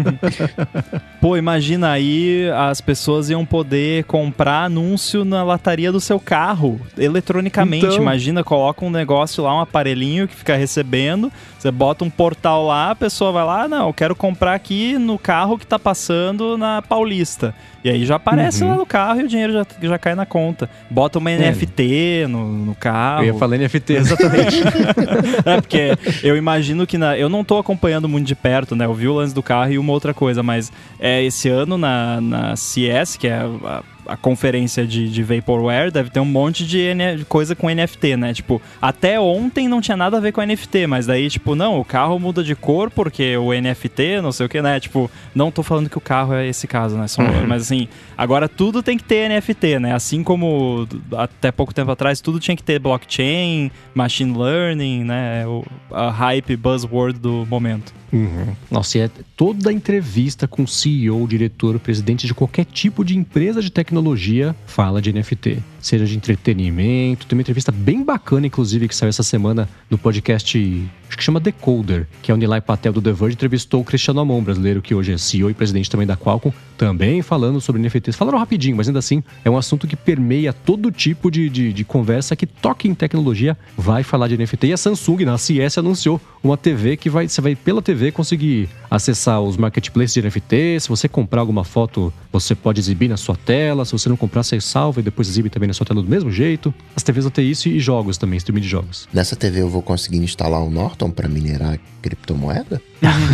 Pô, imagina aí, as pessoas iam poder comprar anúncio na lataria do seu carro, eletronicamente. Então, imagina, coloca um negócio lá, um aparelhinho que fica recebendo, você bota um portal lá, a pessoa vai lá, não, eu quero comprar aqui no carro que tá passando na Paulista. E aí já aparece lá no carro e o dinheiro já cai na conta. Bota uma NFT no carro. Eu ia falar NFT, exatamente. Porque eu imagino que eu não tô acompanhando muito de perto, né? Eu vi o lance do carro e uma outra coisa, mas esse ano na CES, que é a conferência de Vaporware, deve ter um monte de coisa com NFT, né? Tipo, até ontem não tinha nada a ver com NFT, mas daí, tipo, não, o carro muda de cor porque o NFT, não sei o que, né? Tipo, não tô falando que o carro é esse caso, né? Mas assim, agora tudo tem que ter NFT, né? Assim como até pouco tempo atrás tudo tinha que ter blockchain, machine learning, né? A hype buzzword do momento. Nossa, e toda a entrevista com CEO, diretor, presidente de qualquer tipo de empresa de tecnologia fala de NFT. Seja de entretenimento. Tem uma entrevista bem bacana, inclusive, que saiu essa semana no podcast, acho que chama Decoder, que é o Nilay Patel do The Verge entrevistou o Cristiano Amon, brasileiro, que hoje é CEO e presidente também da Qualcomm, também falando sobre NFTs. Falaram rapidinho, mas ainda assim é um assunto que permeia todo tipo de conversa que toca em tecnologia, vai falar de NFT. E a Samsung, na CES, anunciou uma TV que você vai pela TV conseguir acessar os marketplaces de NFT. Se você comprar alguma foto, você pode exibir na sua tela. Se você não comprar, você salva e depois exibe também na sua tela do mesmo jeito. As TVs vão ter isso e jogos também, streaming de jogos. Nessa TV eu vou conseguir instalar um Norton para minerar criptomoeda?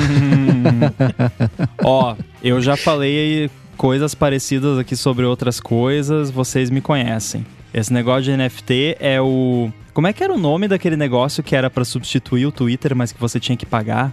Ó, eu já falei coisas parecidas aqui sobre outras coisas, vocês me conhecem. Esse negócio de NFT é o... Como é que era o nome daquele negócio que era pra substituir o Twitter, mas que você tinha que pagar?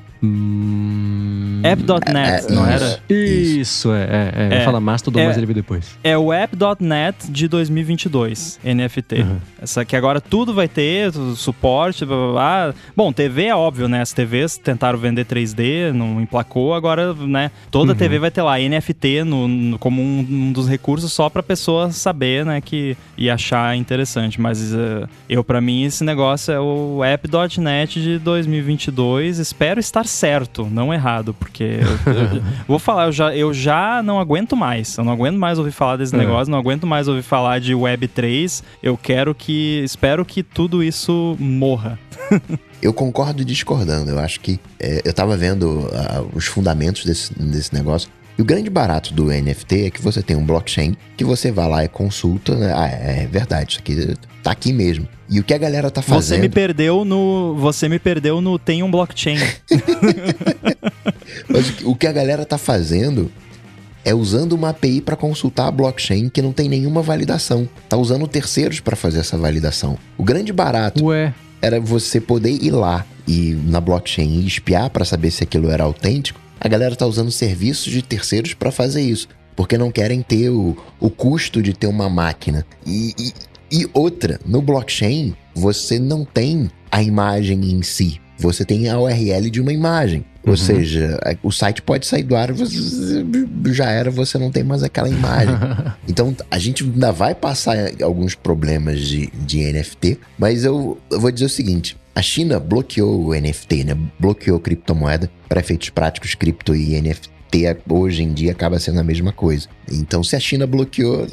App.net, não era? Isso, Vai falar Mastodon, mas ele veio depois. É o App.net de 2022, NFT. Essa que agora tudo vai ter, suporte, blá, blá, blá. Bom, TV é óbvio, né? As TVs tentaram vender 3D, não emplacou, agora, né? Toda TV vai ter lá NFT como um dos recursos só pra pessoa saber, né? E achar interessante. Mas pra mim, esse negócio é o App.net de 2022. Espero estar certo, não errado, porque eu vou falar, eu já não aguento mais. Eu não aguento mais ouvir falar desse negócio, não aguento mais ouvir falar de Web3. Espero que tudo isso morra. Eu concordo discordando. Eu acho que eu tava vendo os fundamentos desse negócio. E o grande barato do NFT é que você tem um blockchain que você vai lá e consulta, né? É verdade, isso aqui tá aqui mesmo. E o que a galera tá fazendo... Você me perdeu no tem um blockchain. Mas o que a galera tá fazendo é usando uma API para consultar a blockchain que não tem nenhuma validação. Tá usando terceiros para fazer essa validação. O grande barato era você poder ir lá e na blockchain e espiar para saber se aquilo era autêntico. A galera tá usando serviços de terceiros para fazer isso, porque não querem ter o custo de ter uma máquina. E outra, no blockchain, você não tem a imagem em si, você tem a URL de uma imagem. Ou seja, o site pode sair do ar, já era, você não tem mais aquela imagem. Então, a gente ainda vai passar alguns problemas de NFT, mas eu vou dizer o seguinte... A China bloqueou o NFT, né? Bloqueou criptomoeda. Para efeitos práticos, cripto e NFT hoje em dia acaba sendo a mesma coisa. Então, se a China bloqueou,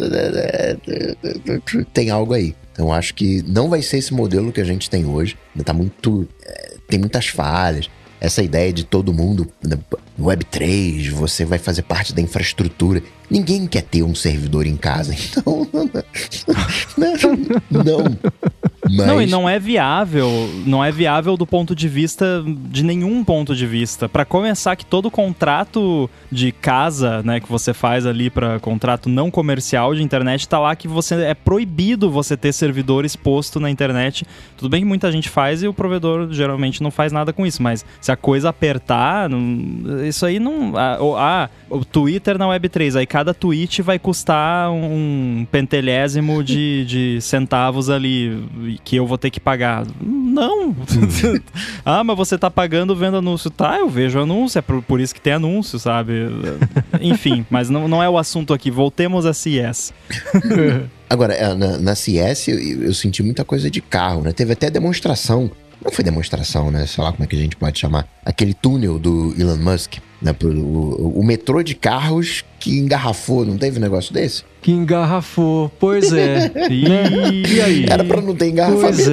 tem algo aí. Então, acho que não vai ser esse modelo que a gente tem hoje. Tá muito... tem muitas falhas. Essa ideia de todo mundo, Web3, você vai fazer parte da infraestrutura. Ninguém quer ter um servidor em casa, então... Não. Mas... Não, e não é viável do ponto de vista, de nenhum ponto de vista. Para começar, que todo contrato de casa, né, que você faz ali para contrato não comercial de internet, tá lá que é proibido você ter servidor exposto na internet. Tudo bem que muita gente faz e o provedor geralmente não faz nada com isso, mas se a coisa apertar, isso aí não... o Twitter na Web3, aí cada tweet vai custar um pentelésimo de centavos ali, que eu vou ter que pagar. Não! Mas você tá pagando vendo anúncio. Tá, eu vejo anúncio, é por isso que tem anúncio, sabe? Enfim, mas não é o assunto aqui. Voltemos a CES. Agora, na CES eu senti muita coisa de carro, né? Teve até demonstração. Não foi demonstração, né? Sei lá como é que a gente pode chamar. Aquele túnel do Elon Musk, né? O metrô de carros que engarrafou, não teve um negócio desse? Que engarrafou, pois é. E aí? Era pra não ter engarrafamento.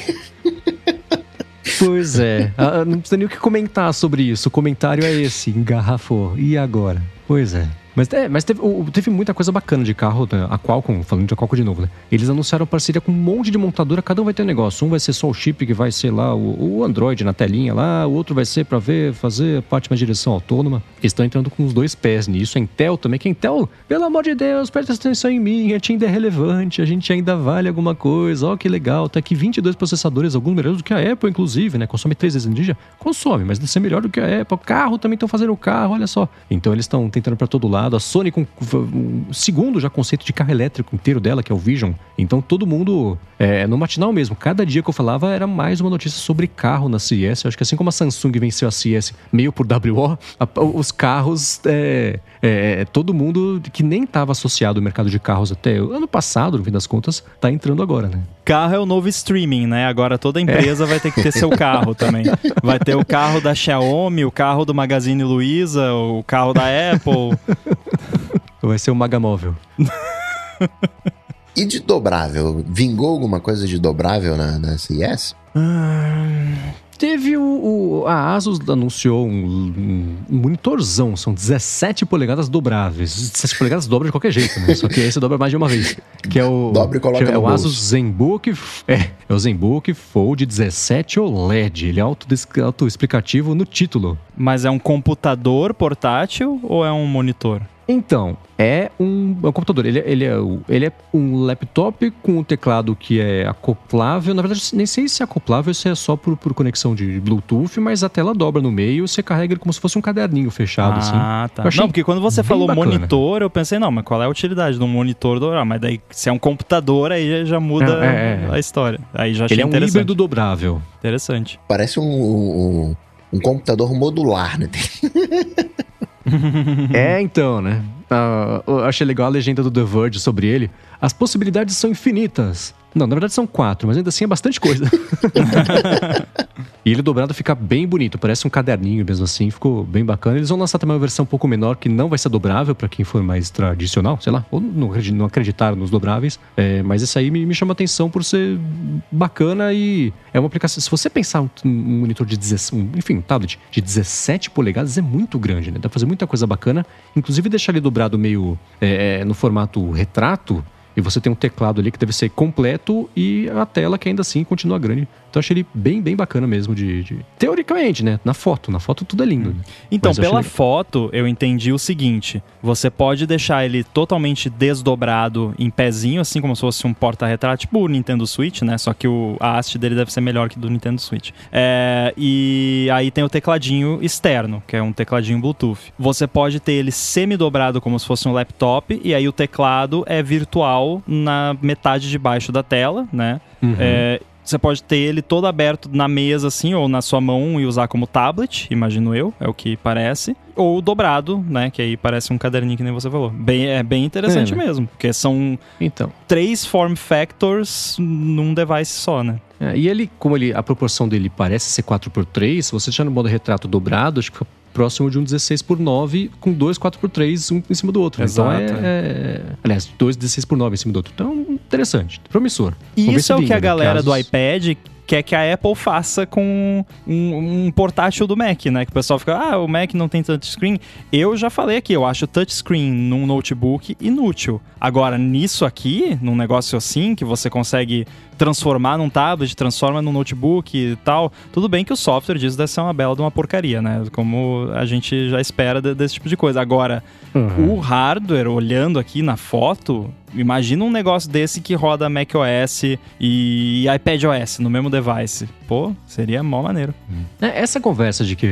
Pois é. Não precisa nem o que comentar sobre isso. O comentário é esse, engarrafou. E agora? Pois é. Mas teve muita coisa bacana de carro, né? A Qualcomm, falando de Qualcomm de novo, né? Eles anunciaram parceria com um monte de montadora, cada um vai ter um negócio. Um vai ser só o chip, que vai ser lá o Android na telinha lá, o outro vai ser pra fazer parte de uma direção autônoma. Eles estão entrando com os dois pés nisso. A Intel também, que a Intel, pelo amor de Deus, presta atenção em mim, a gente ainda é relevante, a gente ainda vale alguma coisa, ó que legal, tá aqui 22 processadores, alguns melhores do que a Apple, inclusive, né? Consome 3 vezes NVIDIA? Consome, mas deve ser melhor do que a Apple. Carro também estão fazendo carro, olha só. Então eles estão tentando pra todo lado. A Sony com o segundo já conceito de carro elétrico inteiro dela, que é o Vision. Então todo mundo, no matinal mesmo, cada dia que eu falava era mais uma notícia sobre carro na CES. Eu acho que assim como a Samsung venceu a CES meio por WO, os carros, todo mundo que nem estava associado ao mercado de carros até o ano passado, no fim das contas, tá entrando agora, né? Carro é o novo streaming, né? Agora toda empresa vai ter que ter seu carro também. Vai ter o carro da Xiaomi, o carro do Magazine Luiza, o carro da Apple. Vai ser o Magamóvel. E de dobrável? Vingou alguma coisa de dobrável na CES? Teve a Asus anunciou um monitorzão, são 17 polegadas dobráveis. 17 polegadas dobra de qualquer jeito, né? Só que esse dobra mais de uma vez. Que é o dobra e coloca no o bolso. Asus ZenBook, é o ZenBook Fold 17 OLED. Ele é autoexplicativo no título. Mas é um computador portátil ou é um monitor? Então, é um computador. Ele é um laptop com um teclado que é acoplável. Na verdade, nem sei se é acoplável, se é só por conexão de Bluetooth, mas a tela dobra no meio e você carrega ele como se fosse um caderninho fechado, assim. Ah, tá. Não, porque quando você falou bacana. Monitor, eu pensei, não, mas qual é a utilidade de um monitor dobrável? Mas daí, se é um computador, aí já muda a história. Aí já achei interessante. Ele é um híbrido dobrável. Interessante. Parece um computador modular, né? Então, né? Eu achei legal a legenda do The Verge sobre ele. As possibilidades são infinitas. Não, na verdade são 4, mas ainda assim é bastante coisa. E ele dobrado fica bem bonito, parece um caderninho mesmo assim, ficou bem bacana. Eles vão lançar também uma versão um pouco menor que não vai ser dobrável pra quem for mais tradicional, sei lá, ou não acreditaram nos dobráveis. Mas esse aí me chama atenção por ser bacana e é uma aplicação. Se você pensar um monitor de 17, enfim, um tablet de 17 polegadas é muito grande, né? Dá pra fazer muita coisa bacana, inclusive deixar ele dobrado meio no formato retrato. E você tem um teclado ali que deve ser completo e a tela que ainda assim continua grande. Então eu achei ele bem, bem bacana mesmo teoricamente, né? Na foto tudo é lindo. Né? Então, pela foto, eu entendi o seguinte. Você pode deixar ele totalmente desdobrado em pezinho, assim como se fosse um porta-retrato, tipo o Nintendo Switch, né? Só que a haste dele deve ser melhor que do Nintendo Switch. E aí tem o tecladinho externo, que é um tecladinho Bluetooth. Você pode ter ele semi-dobrado como se fosse um laptop, e aí o teclado é virtual na metade de baixo da tela, né? Uhum. Você pode ter ele todo aberto na mesa, assim, ou na sua mão e usar como tablet, imagino eu, é o que parece. Ou dobrado, né? Que aí parece um caderninho que nem você falou. É bem interessante mesmo, porque são 3 form factors num device só, né? E ele, como a proporção dele parece ser 4x3, se você deixar no modo retrato dobrado, acho que fica próximo de um 16x9 com 2 4x3, um em cima do outro. Exato. Então aliás, 2 16x9 em cima do outro. Então, interessante, promissor. E isso é o que a galera do iPad quer que a Apple faça com um portátil do Mac, né? Que o pessoal fica, o Mac não tem touchscreen. Eu já falei aqui, eu acho touchscreen num notebook inútil. Agora, nisso aqui, num negócio assim, que você consegue transformar num tablet, transforma num notebook e tal, tudo bem que o software disso deve ser uma bela de uma porcaria, né? Como a gente já espera desse tipo de coisa. Agora, o hardware, olhando aqui na foto, imagina um negócio desse que roda macOS e iPadOS no mesmo device. Pô, seria mó maneiro. Essa conversa de que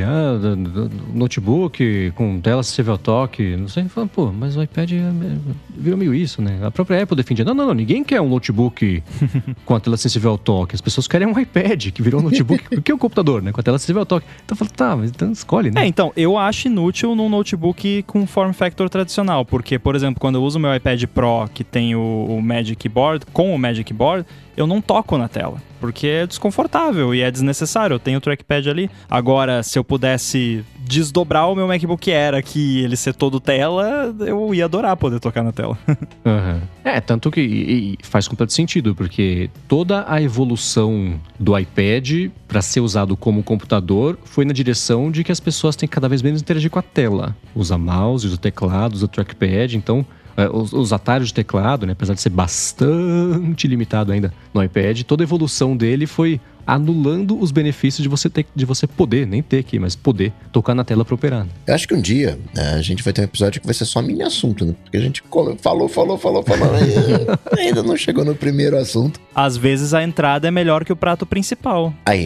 notebook com tela sensível ao toque, não sei, fala, pô, mas o iPad virou meio isso, né? A própria Apple defendia, não, ninguém quer um notebook com a tela sensível ao toque. As pessoas querem um iPad que virou um notebook, que é um computador, né? Com a tela sensível ao toque. Então eu falo, mas então escolhe, né? Então, eu acho inútil num notebook com form factor tradicional, porque, por exemplo, quando eu uso o meu iPad Pro, que tem o Magic Board, com o Magic Board, eu não toco na tela, porque é desconfortável e é desnecessário. Eu tenho o trackpad ali. Agora, se eu pudesse desdobrar o meu MacBook Air aqui e ele ser todo tela, eu ia adorar poder tocar na tela. Uhum. Tanto que faz completo sentido, porque toda a evolução do iPad para ser usado como computador foi na direção de que as pessoas têm que cada vez menos interagir com a tela. Usa mouse, usa teclado, usa trackpad, então... Os atalhos de teclado, né, apesar de ser bastante limitado ainda no iPad, toda a evolução dele foi anulando os benefícios de você poder, nem ter aqui, mas poder tocar na tela para operar. Eu acho que um dia a gente vai ter um episódio que vai ser só mini assunto, né? Porque a gente falou e ainda não chegou no primeiro assunto. Às vezes a entrada é melhor que o prato principal. Aí.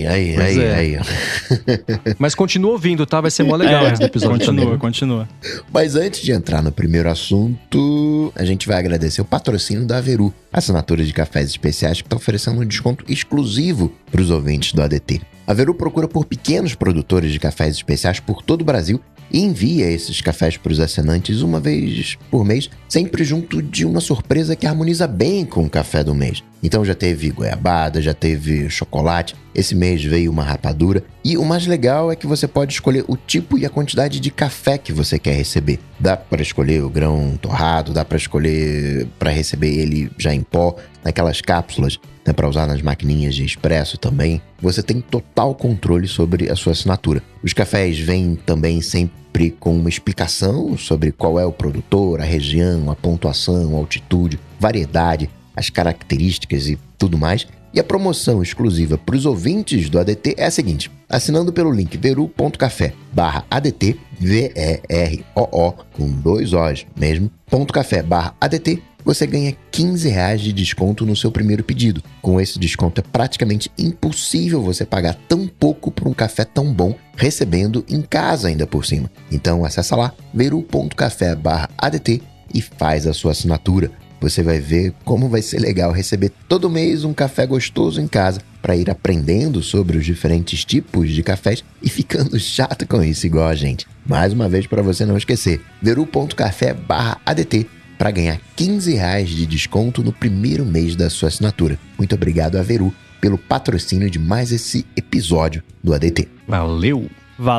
Mas continua ouvindo, tá? Vai ser mó legal esse episódio. Continua. Mas antes de entrar no primeiro assunto, a gente vai agradecer o patrocínio da Veru, assinatura de cafés especiais que está oferecendo um desconto exclusivo para os ouvintes do ADT. A Veru procura por pequenos produtores de cafés especiais por todo o Brasil e envia esses cafés para os assinantes uma vez por mês, sempre junto de uma surpresa que harmoniza bem com o café do mês. Então já teve goiabada, já teve chocolate, esse mês veio uma rapadura e o mais legal é que você pode escolher o tipo e a quantidade de café que você quer receber. Dá para escolher o grão torrado, dá para escolher para receber ele já em pó, naquelas cápsulas, né, para usar nas maquininhas de expresso também. Você tem total controle sobre a sua assinatura. Os cafés vêm também sempre com uma explicação sobre qual é o produtor, a região, a pontuação, a altitude, variedade, as características e tudo mais. E a promoção exclusiva para os ouvintes do ADT é a seguinte: assinando pelo link veru.café/ADT, VEROO, com 2 Os mesmo, .café/ADT, você ganha R$15 de desconto no seu primeiro pedido. Com esse desconto é praticamente impossível você pagar tão pouco por um café tão bom, recebendo em casa ainda por cima. Então acessa lá, veru.café/ADT e faz a sua assinatura. Você vai ver como vai ser legal receber todo mês um café gostoso em casa para ir aprendendo sobre os diferentes tipos de cafés e ficando chato com isso igual a gente. Mais uma vez para você não esquecer, veru.café/ADT para ganhar R$15 de desconto no primeiro mês da sua assinatura. Muito obrigado a Veru pelo patrocínio de mais esse episódio do ADT. Valeu!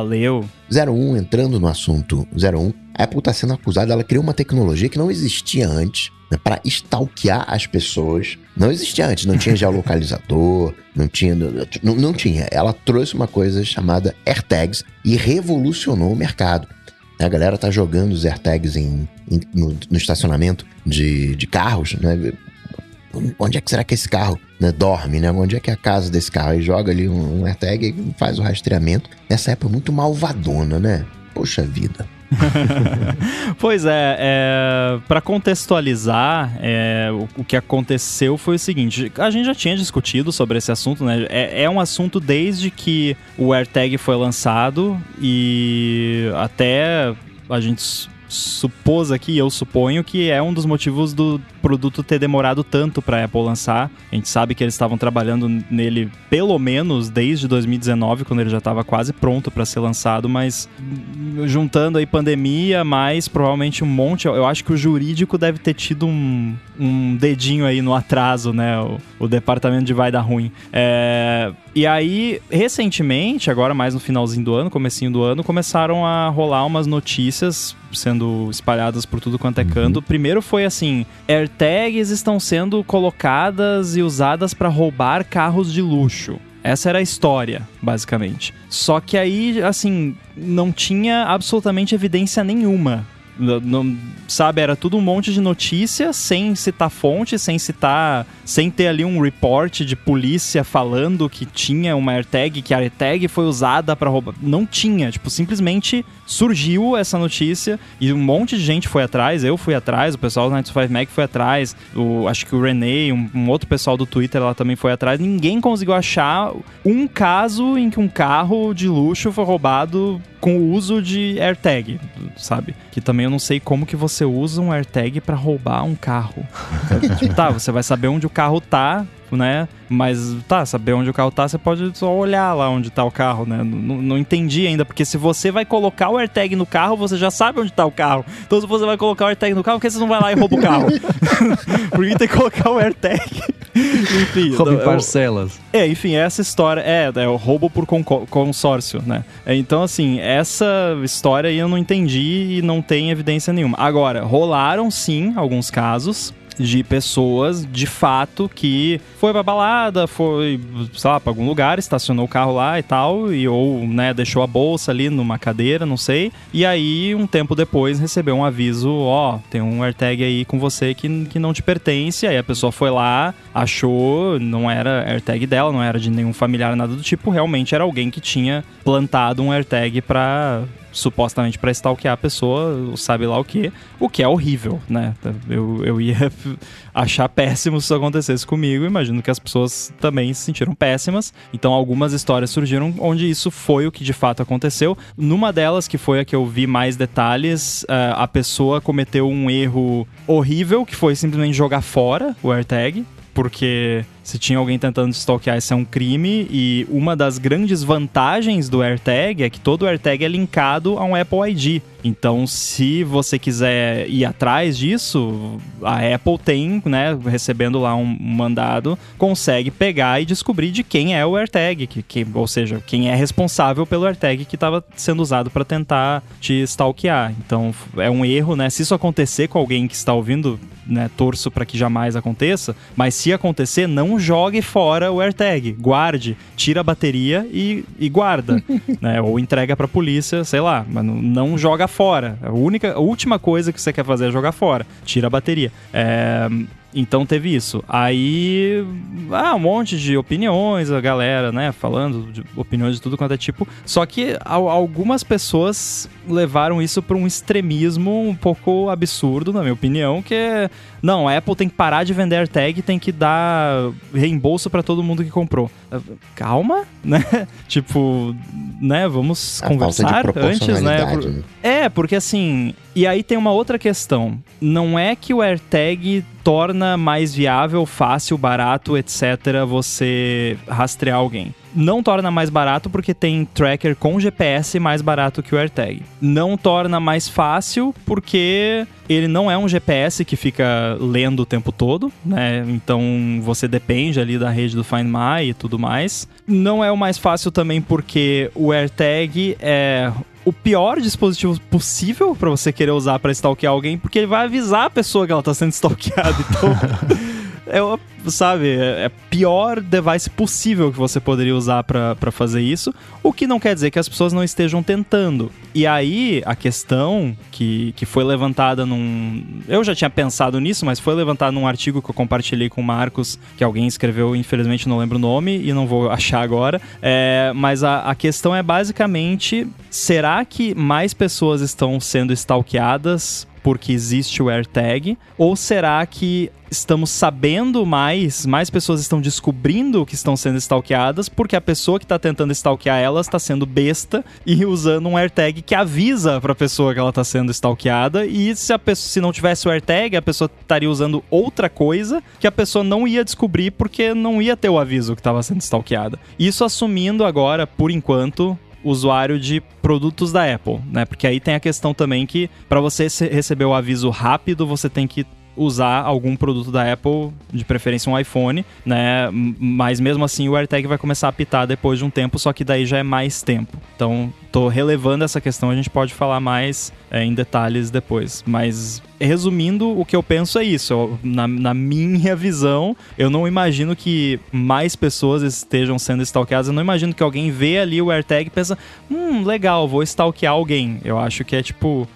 01, entrando no assunto 01, a Apple está sendo acusada, ela criou uma tecnologia que não existia antes, né, para stalkear as pessoas. Não existia antes, não tinha geolocalizador, não tinha. Ela trouxe uma coisa chamada AirTags e revolucionou o mercado. A galera tá jogando os AirTags no estacionamento de carros, né? Onde é que será que esse carro, né, dorme, né? Onde é que é a casa desse carro? Aí joga ali um AirTag e faz o rastreamento. Essa época é muito malvadona, né? Poxa vida. Pois é, para contextualizar, o que aconteceu foi o seguinte: a gente já tinha discutido sobre esse assunto, né? É um assunto desde que o AirTag foi lançado e até a gente supôs aqui, eu suponho que é um dos motivos do produto ter demorado tanto para a Apple lançar. A gente sabe que eles estavam trabalhando nele pelo menos desde 2019, quando ele já estava quase pronto para ser lançado, mas juntando aí pandemia, mais provavelmente um monte, eu acho que o jurídico deve ter tido um dedinho aí no atraso, né? O departamento de vai dar ruim. E aí, recentemente, agora mais no finalzinho do ano, comecinho do ano, começaram a rolar umas notícias sendo espalhadas por tudo quanto é canto. Primeiro foi assim: AirTags estão sendo colocadas e usadas para roubar carros de luxo. Essa era a história, basicamente. Só que aí, assim, não tinha absolutamente evidência nenhuma. Não, sabe, era tudo um monte de notícia, sem citar fonte, sem ter ali um report de polícia falando que tinha uma AirTag, que a AirTag foi usada pra roubar. Não tinha, tipo, simplesmente surgiu essa notícia e um monte de gente foi atrás, eu fui atrás, o pessoal do 9to5 Mac foi atrás, acho que o René, um outro pessoal do Twitter lá também foi atrás. Ninguém conseguiu achar um caso em que um carro de luxo foi roubado com o uso de AirTag, sabe? Que também eu não sei como que você usa um AirTag pra roubar um carro. Tá, você vai saber onde o carro tá, né? Mas saber onde o carro tá, você pode só olhar lá onde tá o carro, né? Não entendi ainda, porque se você vai colocar o AirTag no carro, você já sabe onde tá o carro. Então se você vai colocar o AirTag no carro, por que você não vai lá e rouba o carro? Porque tem que colocar o AirTag. Enfim, rouba em parcelas. Enfim, essa história é o roubo por consórcio, né? Então, assim, essa história aí eu não entendi e não tem evidência nenhuma. Agora, rolaram sim alguns casos de pessoas, de fato, que foi pra balada, foi, sei lá, pra algum lugar, estacionou o carro lá e tal, ou, né, deixou a bolsa ali numa cadeira, não sei, e aí, um tempo depois, recebeu um aviso, tem um AirTag aí com você que não te pertence, aí a pessoa foi lá, achou, não era AirTag dela, não era de nenhum familiar, nada do tipo, realmente era alguém que tinha plantado um AirTag supostamente pra stalkear a pessoa, sabe lá o que é horrível, né? Eu ia achar péssimo se isso acontecesse comigo, imagino que as pessoas também se sentiram péssimas, então algumas histórias surgiram onde isso foi o que de fato aconteceu. Numa delas, que foi a que eu vi mais detalhes, a pessoa cometeu um erro horrível, que foi simplesmente jogar fora o AirTag, porque se tinha alguém tentando stalkear, isso é um crime, e uma das grandes vantagens do AirTag é que todo o AirTag é linkado a um Apple ID. Então, se você quiser ir atrás disso, a Apple tem, né, recebendo lá um mandado, consegue pegar e descobrir de quem é o AirTag, ou seja, quem é responsável pelo AirTag que estava sendo usado para tentar te stalkear. Então, é um erro, né? Se isso acontecer com alguém que está ouvindo, né, torço para que jamais aconteça, mas se acontecer, não jogue fora o AirTag, guarde, tira a bateria e guarda, né? Ou entrega pra polícia, sei lá, mas não joga fora. A última coisa que você quer fazer é jogar fora, tira a bateria. Então teve isso. Aí, um monte de opiniões, a galera, né, falando de opiniões de tudo quanto é tipo. Só que algumas pessoas levaram isso para um extremismo um pouco absurdo, na minha opinião, que é... Não, a Apple tem que parar de vender AirTag, tem que dar reembolso para todo mundo que comprou. Calma, né? Tipo, né, vamos conversar antes, né? Porque assim... E aí tem uma outra questão. Não é que o AirTag torna mais viável, fácil, barato, etc. você rastrear alguém. Não torna mais barato porque tem tracker com GPS mais barato que o AirTag. Não torna mais fácil porque ele não é um GPS que fica lendo o tempo todo, né? Então você depende ali da rede do Find My e tudo mais. Não é o mais fácil também porque o AirTag é o pior dispositivo possível pra você querer usar pra stalkear alguém, porque ele vai avisar a pessoa que ela tá sendo stalkeada. Então, é o pior device possível que você poderia usar pra fazer isso, o que não quer dizer que as pessoas não estejam tentando. E aí, a questão que foi levantada eu já tinha pensado nisso, mas foi levantada num artigo que eu compartilhei com o Marcos, que alguém escreveu, infelizmente não lembro o nome e não vou achar agora, mas a questão é basicamente, será que mais pessoas estão sendo stalkeadas porque existe o AirTag? Ou será que estamos sabendo mais pessoas estão descobrindo que estão sendo stalkeadas porque a pessoa que está tentando stalkear elas está sendo besta e usando um AirTag que avisa para a pessoa que ela está sendo stalkeada, e se não tivesse o AirTag, a pessoa estaria usando outra coisa que a pessoa não ia descobrir porque não ia ter o aviso que estava sendo stalkeada. Isso assumindo agora, por enquanto, usuário de produtos da Apple, né? Porque aí tem a questão também que para você receber o aviso rápido, você tem que usar algum produto da Apple, de preferência um iPhone, né? Mas mesmo assim o AirTag vai começar a apitar depois de um tempo, só que daí já é mais tempo. Então, tô relevando essa questão, a gente pode falar mais em detalhes depois. Mas, resumindo, o que eu penso é isso. Na minha visão, eu não imagino que mais pessoas estejam sendo stalkeadas. Eu não imagino que alguém vê ali o AirTag e pensa, legal, vou stalkear alguém. Eu acho que é tipo...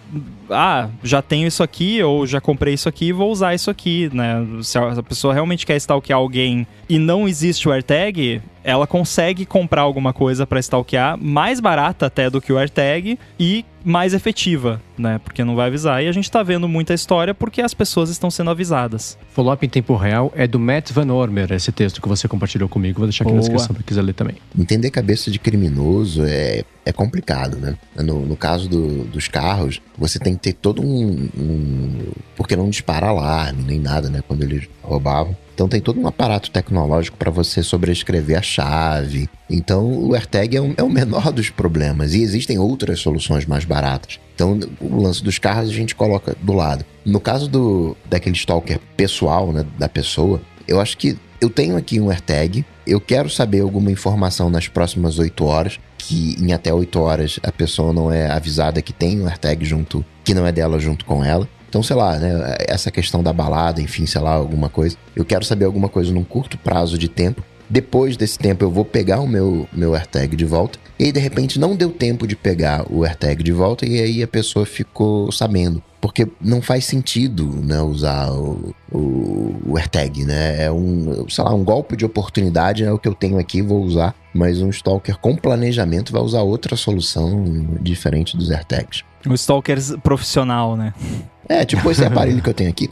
já tenho isso aqui, ou já comprei isso aqui, vou usar isso aqui, né? Se a pessoa realmente quer stalkear alguém e não existe o AirTag, ela consegue comprar alguma coisa pra stalkear, mais barata até do que o AirTag, e mais efetiva, né? Porque não vai avisar. E a gente tá vendo muita história porque as pessoas estão sendo avisadas. Follow-up em tempo real é do Matt Van Ormer, esse texto que você compartilhou comigo. Vou deixar aqui na descrição para quem quiser ler também. Entender cabeça de criminoso é complicado, né? No caso dos carros, você tem que ter todo porque não dispara alarme nem nada, né? Quando eles roubavam. Então tem todo um aparato tecnológico para você sobrescrever a chave. Então o AirTag é o menor dos problemas. E existem outras soluções mais baratas. Então o lance dos carros a gente coloca do lado. No caso daquele stalker pessoal, né, da pessoa, eu acho que eu tenho aqui um AirTag, eu quero saber alguma informação nas próximas 8 horas, que em até 8 horas a pessoa não é avisada que tem um AirTag junto, que não é dela junto com ela. Então, sei lá, né, essa questão da balada, enfim, sei lá, alguma coisa. Eu quero saber alguma coisa num curto prazo de tempo. Depois desse tempo eu vou pegar o meu AirTag de volta. E aí, de repente, não deu tempo de pegar o AirTag de volta e aí a pessoa ficou sabendo. Porque não faz sentido, né, usar o AirTag, né? É um golpe de oportunidade, é o que eu tenho aqui, vou usar. Mas um stalker com planejamento vai usar outra solução diferente dos AirTags. Um stalker profissional, né? Tipo esse aparelho que eu tenho aqui.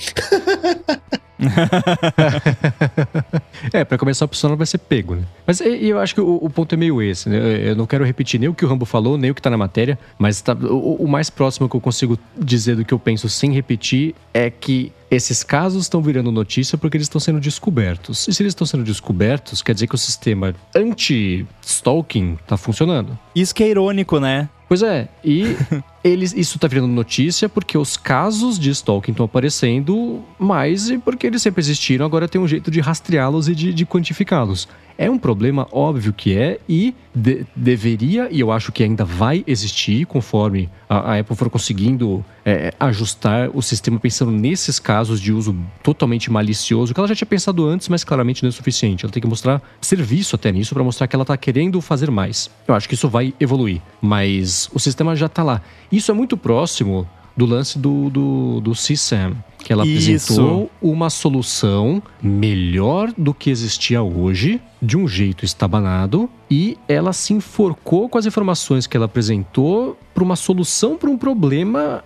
Pra começar, o profissional vai ser pego, né? Mas eu acho que o ponto é meio esse, né? Eu não quero repetir nem o que o Rambo falou, nem o que tá na matéria, mas o mais próximo que eu consigo dizer do que eu penso sem repetir é que esses casos estão virando notícia porque eles estão sendo descobertos. E se eles estão sendo descobertos, quer dizer que o sistema anti-stalking tá funcionando. Isso que é irônico, né? Pois é, e isso tá virando notícia porque os casos de stalking estão aparecendo mais e porque eles sempre existiram, agora tem um jeito de rastreá-los e de quantificá-los. É um problema óbvio que é e deveria, e eu acho que ainda vai existir conforme a Apple for conseguindo ajustar o sistema pensando nesses casos de uso totalmente malicioso, que ela já tinha pensado antes, mas claramente não é suficiente. Ela tem que mostrar serviço até nisso para mostrar que ela tá querendo fazer mais. Eu acho que isso vai evoluir, mas o sistema já tá lá. Isso é muito próximo do lance do CSAM, que ela apresentou uma solução melhor do que existia hoje, de um jeito estabanado, e ela se enforcou com as informações que ela apresentou para uma solução para um problema.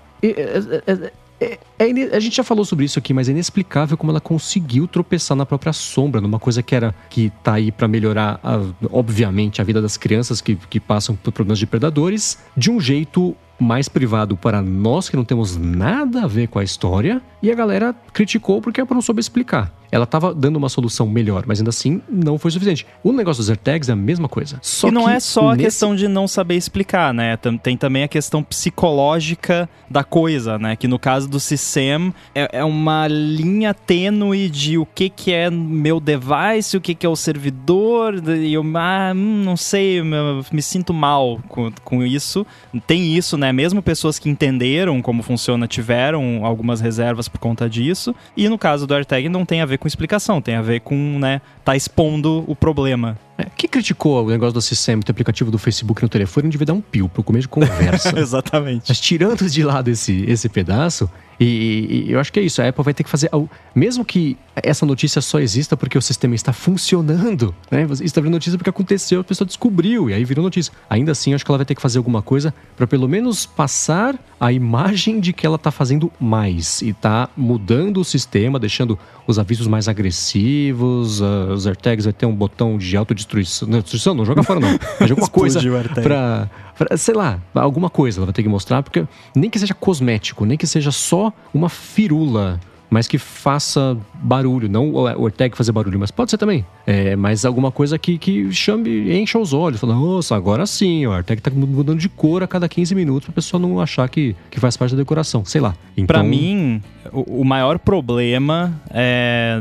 A gente já falou sobre isso aqui, mas é inexplicável como ela conseguiu tropeçar na própria sombra, numa coisa que tá aí para melhorar, obviamente, a vida das crianças que passam por problemas de predadores, de um jeito mais privado para nós que não temos nada a ver com a história, e a galera criticou porque a Apple não soube explicar. Ela estava dando uma solução melhor, mas ainda assim não foi suficiente. O negócio dos AirTags é a mesma coisa. E não é só a questão de não saber explicar, né? Tem também a questão psicológica da coisa, né? Que no caso do CSAM é uma linha tênue de o que é meu device, o que é o servidor, e eu não sei, me sinto mal com isso. Tem isso, né? Mesmo pessoas que entenderam como funciona tiveram algumas reservas por conta disso. E no caso do AirTag não tem a ver com explicação, tem a ver com, né, tá expondo o problema. Quem criticou o negócio do CSAM, do aplicativo do Facebook no telefone, devia dar um pio pro começo de conversa. Exatamente. Mas tirando de lado esse pedaço, e eu acho que é isso, a Apple vai ter que fazer mesmo que essa notícia só exista porque o sistema está funcionando, né? Isso está virando notícia porque aconteceu, a pessoa descobriu e aí virou notícia. Ainda assim, eu acho que ela vai ter que fazer alguma coisa para pelo menos passar a imagem de que ela está fazendo mais e está mudando o sistema, deixando os avisos mais agressivos, os AirTags vai ter um botão de autodestruição. Não, destruição não, joga fora não. Mas alguma coisa pra, sei lá, alguma coisa ela vai ter que mostrar, porque nem que seja cosmético, nem que seja só uma firula, mas que faça barulho, não o AirTag fazer barulho, mas pode ser também. Mas alguma coisa que chame, encha os olhos, fala, nossa, agora sim, o AirTag tá mudando de cor a cada 15 minutos pra pessoa não achar que faz parte da decoração, sei lá. Então, pra mim, o maior problema é...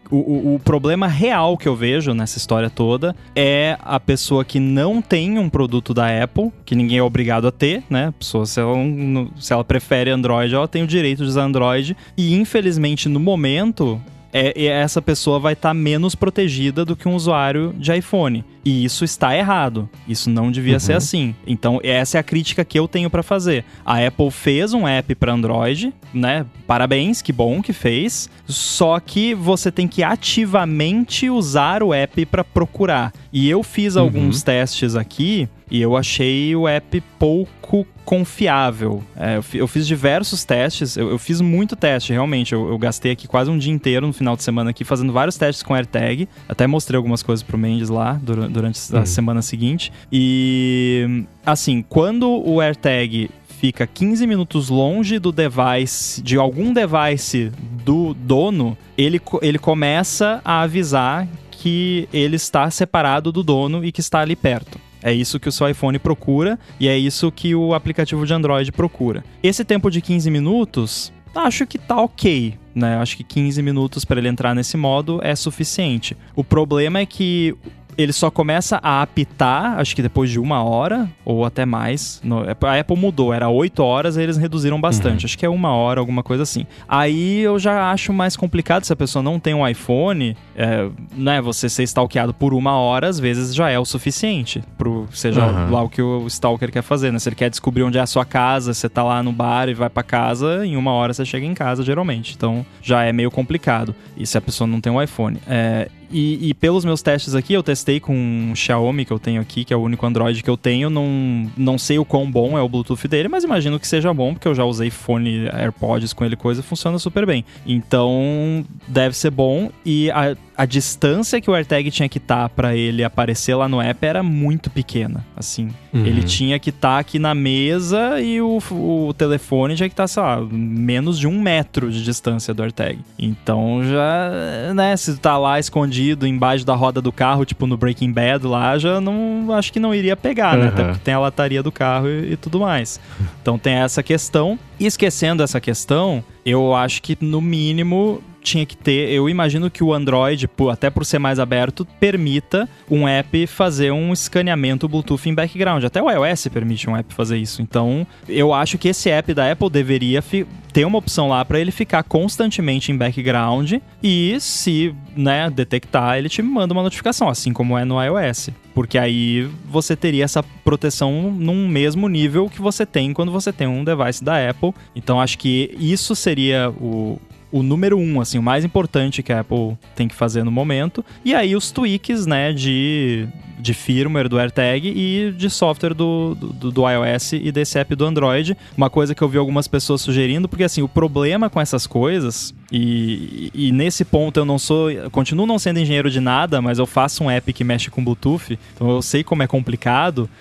O problema real que eu vejo nessa história toda é a pessoa que não tem um produto da Apple, que ninguém é obrigado a ter, né? A pessoa, se ela prefere Android, ela tem o direito de usar Android. E, infelizmente, no momento, essa pessoa vai estar menos protegida do que um usuário de iPhone. E isso está errado. Isso não devia ser assim. Então, essa é a crítica que eu tenho para fazer. A Apple fez um app para Android, né? Parabéns, que bom que fez. Só que você tem que ativamente usar o app para procurar. E eu fiz alguns testes aqui E eu achei o app pouco confiável. Eu fiz diversos testes, eu fiz muito teste, realmente. Eu gastei aqui quase um dia inteiro no final de semana aqui fazendo vários testes com AirTag. Até mostrei algumas coisas pro Mendes lá durante a semana seguinte. E, assim, quando o AirTag fica 15 minutos longe do device, de algum device do dono, ele começa a avisar que ele está separado do dono e que está ali perto. É isso que o seu iPhone procura e é isso que o aplicativo de Android procura. Esse tempo de 15 minutos, acho que tá ok, né? Acho que 15 minutos para ele entrar nesse modo é suficiente. O problema é que ele só começa a apitar, acho que depois de 1 hora, ou até mais. A Apple mudou, era 8 horas, aí eles reduziram bastante. Acho que é 1 hora, alguma coisa assim. Aí eu já acho mais complicado, se a pessoa não tem um iPhone, né, você ser stalkeado por 1 hora, às vezes já é o suficiente, seja lá o que o stalker quer fazer, né? Se ele quer descobrir onde é a sua casa, você tá lá no bar e vai pra casa, em 1 hora você chega em casa, geralmente. Então, já é meio complicado. E se a pessoa não tem um iPhone. E pelos meus testes aqui, eu testei com um Xiaomi que eu tenho aqui, que é o único Android que eu tenho. Não sei o quão bom é o Bluetooth dele, mas imagino que seja bom, porque eu já usei fone, AirPods com ele, coisa, funciona super bem. Então, deve ser bom. E a distância que o AirTag tinha que estar para ele aparecer lá no app era muito pequena, assim. Ele tinha que estar aqui na mesa e o telefone tinha que estar, sei lá, menos de 1 metro de distância do AirTag. Então, já, né, se tá lá escondido embaixo da roda do carro, tipo no Breaking Bad lá, já não, acho que não iria pegar, né? Até porque tem a lataria do carro e tudo mais. Então tem essa questão. E esquecendo essa questão, eu acho que no mínimo tinha que ter, eu imagino que o Android, até por ser mais aberto, permita um app fazer um escaneamento Bluetooth em background. Até o iOS permite um app fazer isso. Então, eu acho que esse app da Apple deveria ter uma opção lá para ele ficar constantemente em background e se, né, detectar, ele te manda uma notificação, assim como é no iOS. Porque aí você teria essa proteção num mesmo nível que você tem quando você tem um device da Apple. Então, acho que isso seria o número 1, assim, o mais importante que a Apple tem que fazer no momento. E aí os tweaks, né, de firmware do AirTag e de software do iOS e desse app do Android. Uma coisa que eu vi algumas pessoas sugerindo, porque assim, o problema com essas coisas, e nesse ponto eu continuo não sendo engenheiro de nada, mas eu faço um app que mexe com Bluetooth, então eu sei como é complicado,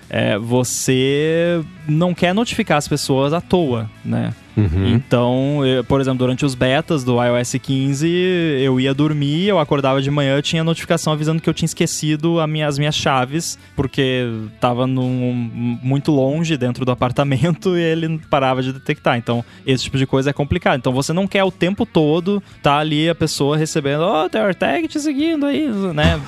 você não quer notificar as pessoas à toa, né? Então, por exemplo, durante os betas do iOS 15, eu ia dormir, eu acordava de manhã, tinha notificação avisando que eu tinha esquecido as minhas chaves, porque tava muito longe dentro do apartamento e ele parava de detectar. Então, esse tipo de coisa é complicado. Então, você não quer o tempo todo tá ali a pessoa recebendo, tem o AirTag te seguindo aí, né?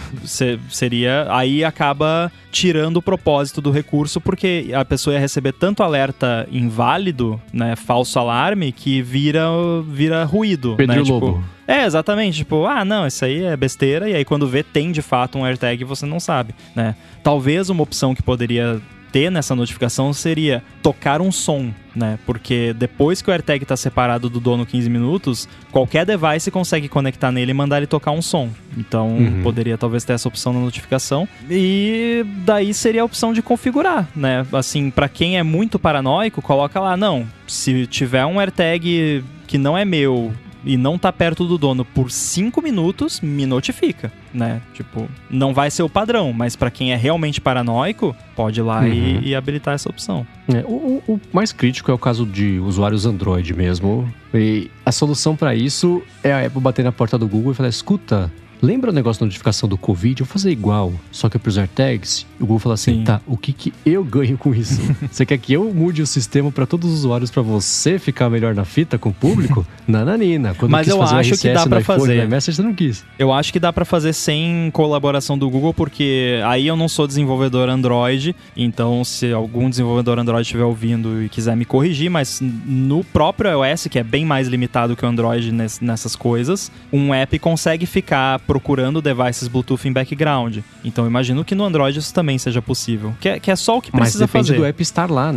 Aí acaba tirando o propósito do recurso, porque a pessoa ia receber tanto alerta inválido, né, falso alarme, que vira ruído. Pedro né? Lobo. Exatamente, tipo, não, isso aí é besteira, e aí quando vê, tem de fato um AirTag e você não sabe, né? Talvez uma opção que poderia ter nessa notificação seria tocar um som, né? Porque depois que o AirTag está separado do dono 15 minutos, qualquer device consegue conectar nele e mandar ele tocar um som. Então, poderia talvez ter essa opção na notificação. E daí seria a opção de configurar, né? Assim, para quem é muito paranoico, coloca lá, não, se tiver um AirTag que não é meu e não tá perto do dono por 5 minutos, me notifica, né? Tipo, não vai ser o padrão, mas pra quem é realmente paranoico, pode ir lá e habilitar essa opção. O mais crítico é o caso de usuários Android mesmo. E a solução pra isso é a Apple bater na porta do Google e falar, escuta, lembra o negócio da notificação do Covid? Eu vou fazer igual, só que eu pros AirTags. O Google fala assim, tá, o que eu ganho com isso? Você quer que eu mude o sistema pra todos os usuários pra você ficar melhor na fita com o público? Nananina. Quando mas eu acho que dá pra fazer. Message, você não quis. Eu acho que dá pra fazer sem colaboração do Google, porque aí eu não sou desenvolvedor Android, então se algum desenvolvedor Android estiver ouvindo e quiser me corrigir, mas no próprio iOS, que é bem mais limitado que o Android nessas coisas, um app consegue ficar procurando devices Bluetooth em background. Então, imagino que no Android isso também seja possível. Que é só o que precisa fazer. Mas depende do app estar lá, né?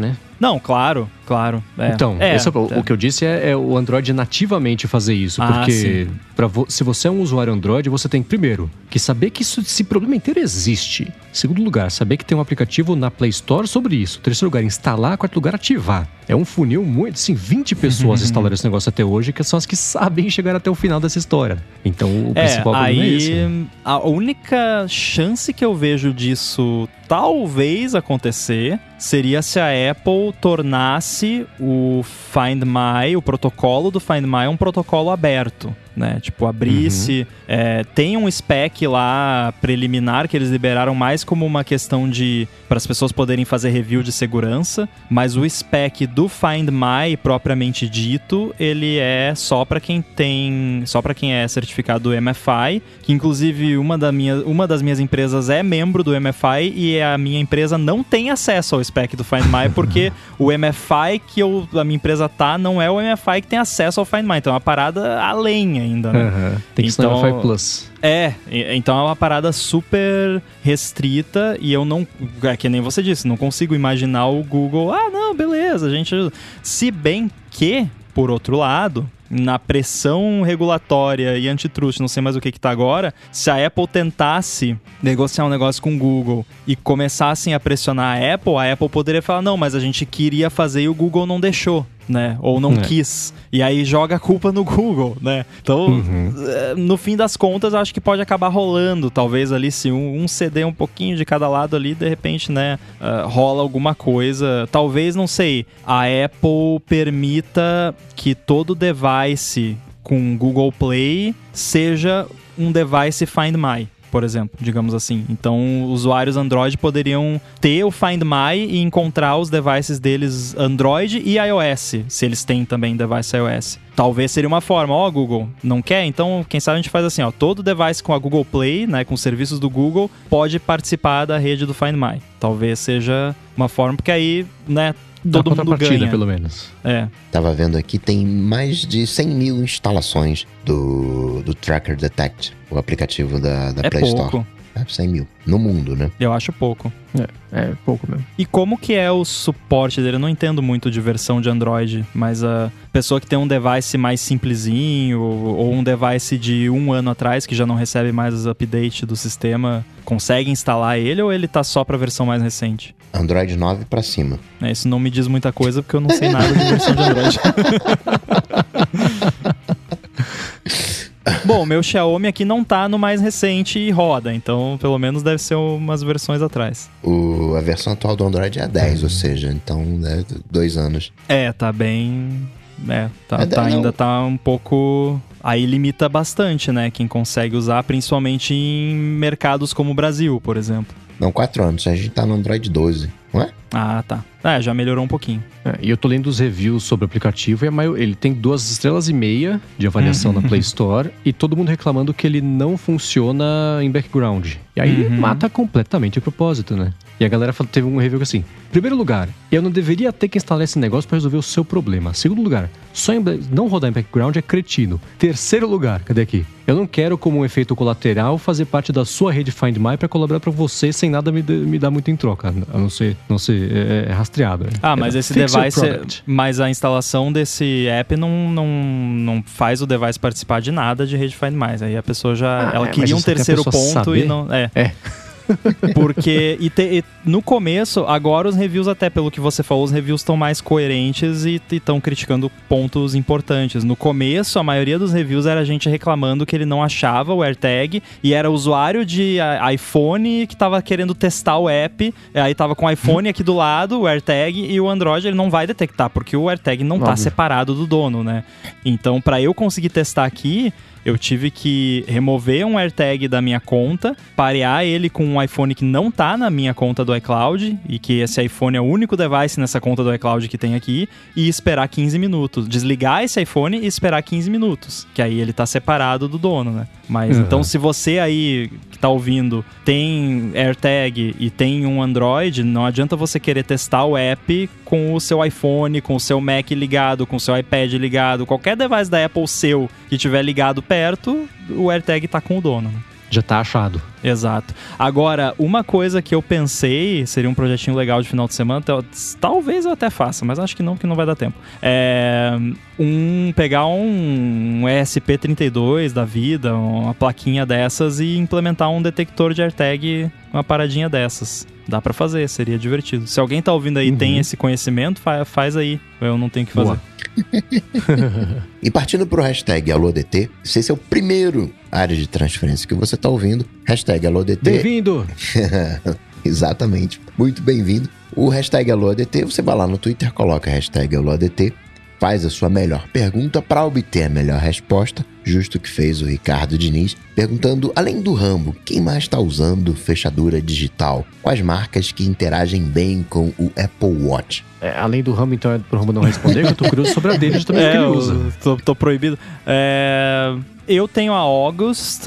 Não, claro. Então, o que eu disse é o Android nativamente fazer isso. Porque se você é um usuário Android, você tem, primeiro, que saber que esse problema inteiro existe. Segundo lugar, saber que tem um aplicativo na Play Store sobre isso. Terceiro lugar, instalar. Quarto lugar, ativar. É um funil muito... Assim, 20 pessoas instalaram esse negócio até hoje, que são as que sabem chegar até o final dessa história. Então, o principal problema é esse. A única chance que eu vejo disso talvez acontecer seria se a Apple tornasse o Find My, o protocolo do Find My, um protocolo aberto, né? Tipo, abrisse... tem um spec lá preliminar que eles liberaram mais como uma questão de... para as pessoas poderem fazer review de segurança, mas o spec do Find My, propriamente dito, ele é só para quem é certificado do MFI, que inclusive uma das minhas empresas é membro do MFI e a minha empresa não tem acesso ao spec do Find My, porque o MFI que a minha empresa não é o MFI que tem acesso ao Find My, então é uma parada além ainda, né? Tem que ser no MFI Plus. Então é uma parada super restrita e eu não... É que nem você disse, não consigo imaginar o Google... não, beleza, Se bem que, por outro lado... na pressão regulatória e antitrust, não sei mais o que tá agora, se a Apple tentasse negociar um negócio com o Google e começassem a pressionar a Apple poderia falar, não, mas a gente queria fazer e o Google não deixou, né? Ou não quis. E aí joga a culpa no Google, né? Então, no fim das contas, acho que pode acabar rolando. Talvez ali, se um ceder um pouquinho de cada lado ali, de repente, né? Rola alguma coisa. Talvez, não sei, a Apple permita que todo device com Google Play seja um device Find My, por exemplo, digamos assim. Então, usuários Android poderiam ter o Find My e encontrar os devices deles Android e iOS, se eles têm também device iOS. Talvez seria uma forma, Google, não quer? Então, quem sabe a gente faz assim, todo device com a Google Play, né, com os serviços do Google, pode participar da rede do Find My. Talvez seja uma forma, porque aí, né, todo mundo ganha. Pelo menos. Tava vendo aqui, tem mais de 100 mil instalações do Tracker Detect, o aplicativo da Play Store. 100 mil. No mundo, né? Eu acho pouco. É pouco mesmo. E como que é o suporte dele? Eu não entendo muito de versão de Android, mas a pessoa que tem um device mais simplesinho ou um device de 1 ano atrás, que já não recebe mais os updates do sistema, consegue instalar ele ou ele tá só pra versão mais recente? Android 9 pra cima. Isso não me diz muita coisa, porque eu não sei nada de versão de Android. Bom, meu Xiaomi aqui não tá no mais recente e roda, então pelo menos deve ser umas versões atrás. A versão atual do Android é a 10, ou seja, então, né, 2 anos. Tá bem... ainda tá um pouco... Aí limita bastante, né, quem consegue usar, principalmente em mercados como o Brasil, por exemplo. Não, 4 anos, a gente tá no Android 12, não é? Tá. Já melhorou um pouquinho. E eu tô lendo os reviews sobre o aplicativo e ele tem 2,5 estrelas de avaliação na Play Store e todo mundo reclamando que ele não funciona em background. E aí mata completamente o propósito, né? E a galera teve um review assim: primeiro lugar, eu não deveria ter que instalar esse negócio pra resolver o seu problema. Segundo lugar, não rodar em background é cretino. Terceiro lugar, cadê aqui? Eu não quero, como um efeito colateral, fazer parte da sua rede Find My pra colaborar pra você sem nada me dar muito em troca, a não ser rastreado. Mas esse device, mas a instalação desse app não faz o device participar de nada de rede Find My. Aí a pessoa ela queria um terceiro ponto saber. E não... Porque no começo, agora os reviews, até pelo que você falou, os reviews estão mais coerentes e estão criticando pontos importantes. No começo, a maioria dos reviews era a gente reclamando que ele não achava o AirTag e era usuário de iPhone que estava querendo testar o app, aí estava com o iPhone aqui do lado, o AirTag, e o Android ele não vai detectar, porque o AirTag não está separado do dono, né? Então, para eu conseguir testar aqui, eu tive que remover um AirTag da minha conta, parear ele com um iPhone que não tá na minha conta do iCloud, e que esse iPhone é o único device nessa conta do iCloud que tem aqui, e esperar 15 minutos. Desligar esse iPhone e esperar 15 minutos, que aí ele tá separado do dono, né? Mas então, se você aí que tá ouvindo tem AirTag e tem um Android, não adianta você querer testar o app com o seu iPhone, com o seu Mac ligado, com o seu iPad ligado, qualquer device da Apple seu que tiver ligado perto, o AirTag tá com o dono. Já tá achado. Exato. Agora, uma coisa que eu pensei, seria um projetinho legal de final de semana, talvez eu até faça, mas acho que não, porque não vai dar tempo. Pegar um ESP32 da vida, uma plaquinha dessas e implementar um detector de AirTag, uma paradinha dessas. Dá pra fazer, seria divertido. Se alguém tá ouvindo aí e tem esse conhecimento, faz aí. Eu não tenho o que fazer. E partindo pro hashtag AlôDT, se esse é o primeiro área de transferência que você tá ouvindo, hashtag AlôDT. Bem-vindo! Exatamente, muito bem-vindo. O hashtag AlôDT, você vai lá no Twitter, coloca hashtag AlôDT, faz a sua melhor pergunta para obter a melhor resposta, justo que fez o Ricardo Diniz, perguntando, além do Rambo, quem mais está usando fechadura digital? Quais marcas que interagem bem com o Apple Watch? Além do Rambo, então é pro Rambo não responder, que eu tô curioso sobre a dele também que ele usa. Tô proibido. Eu tenho a August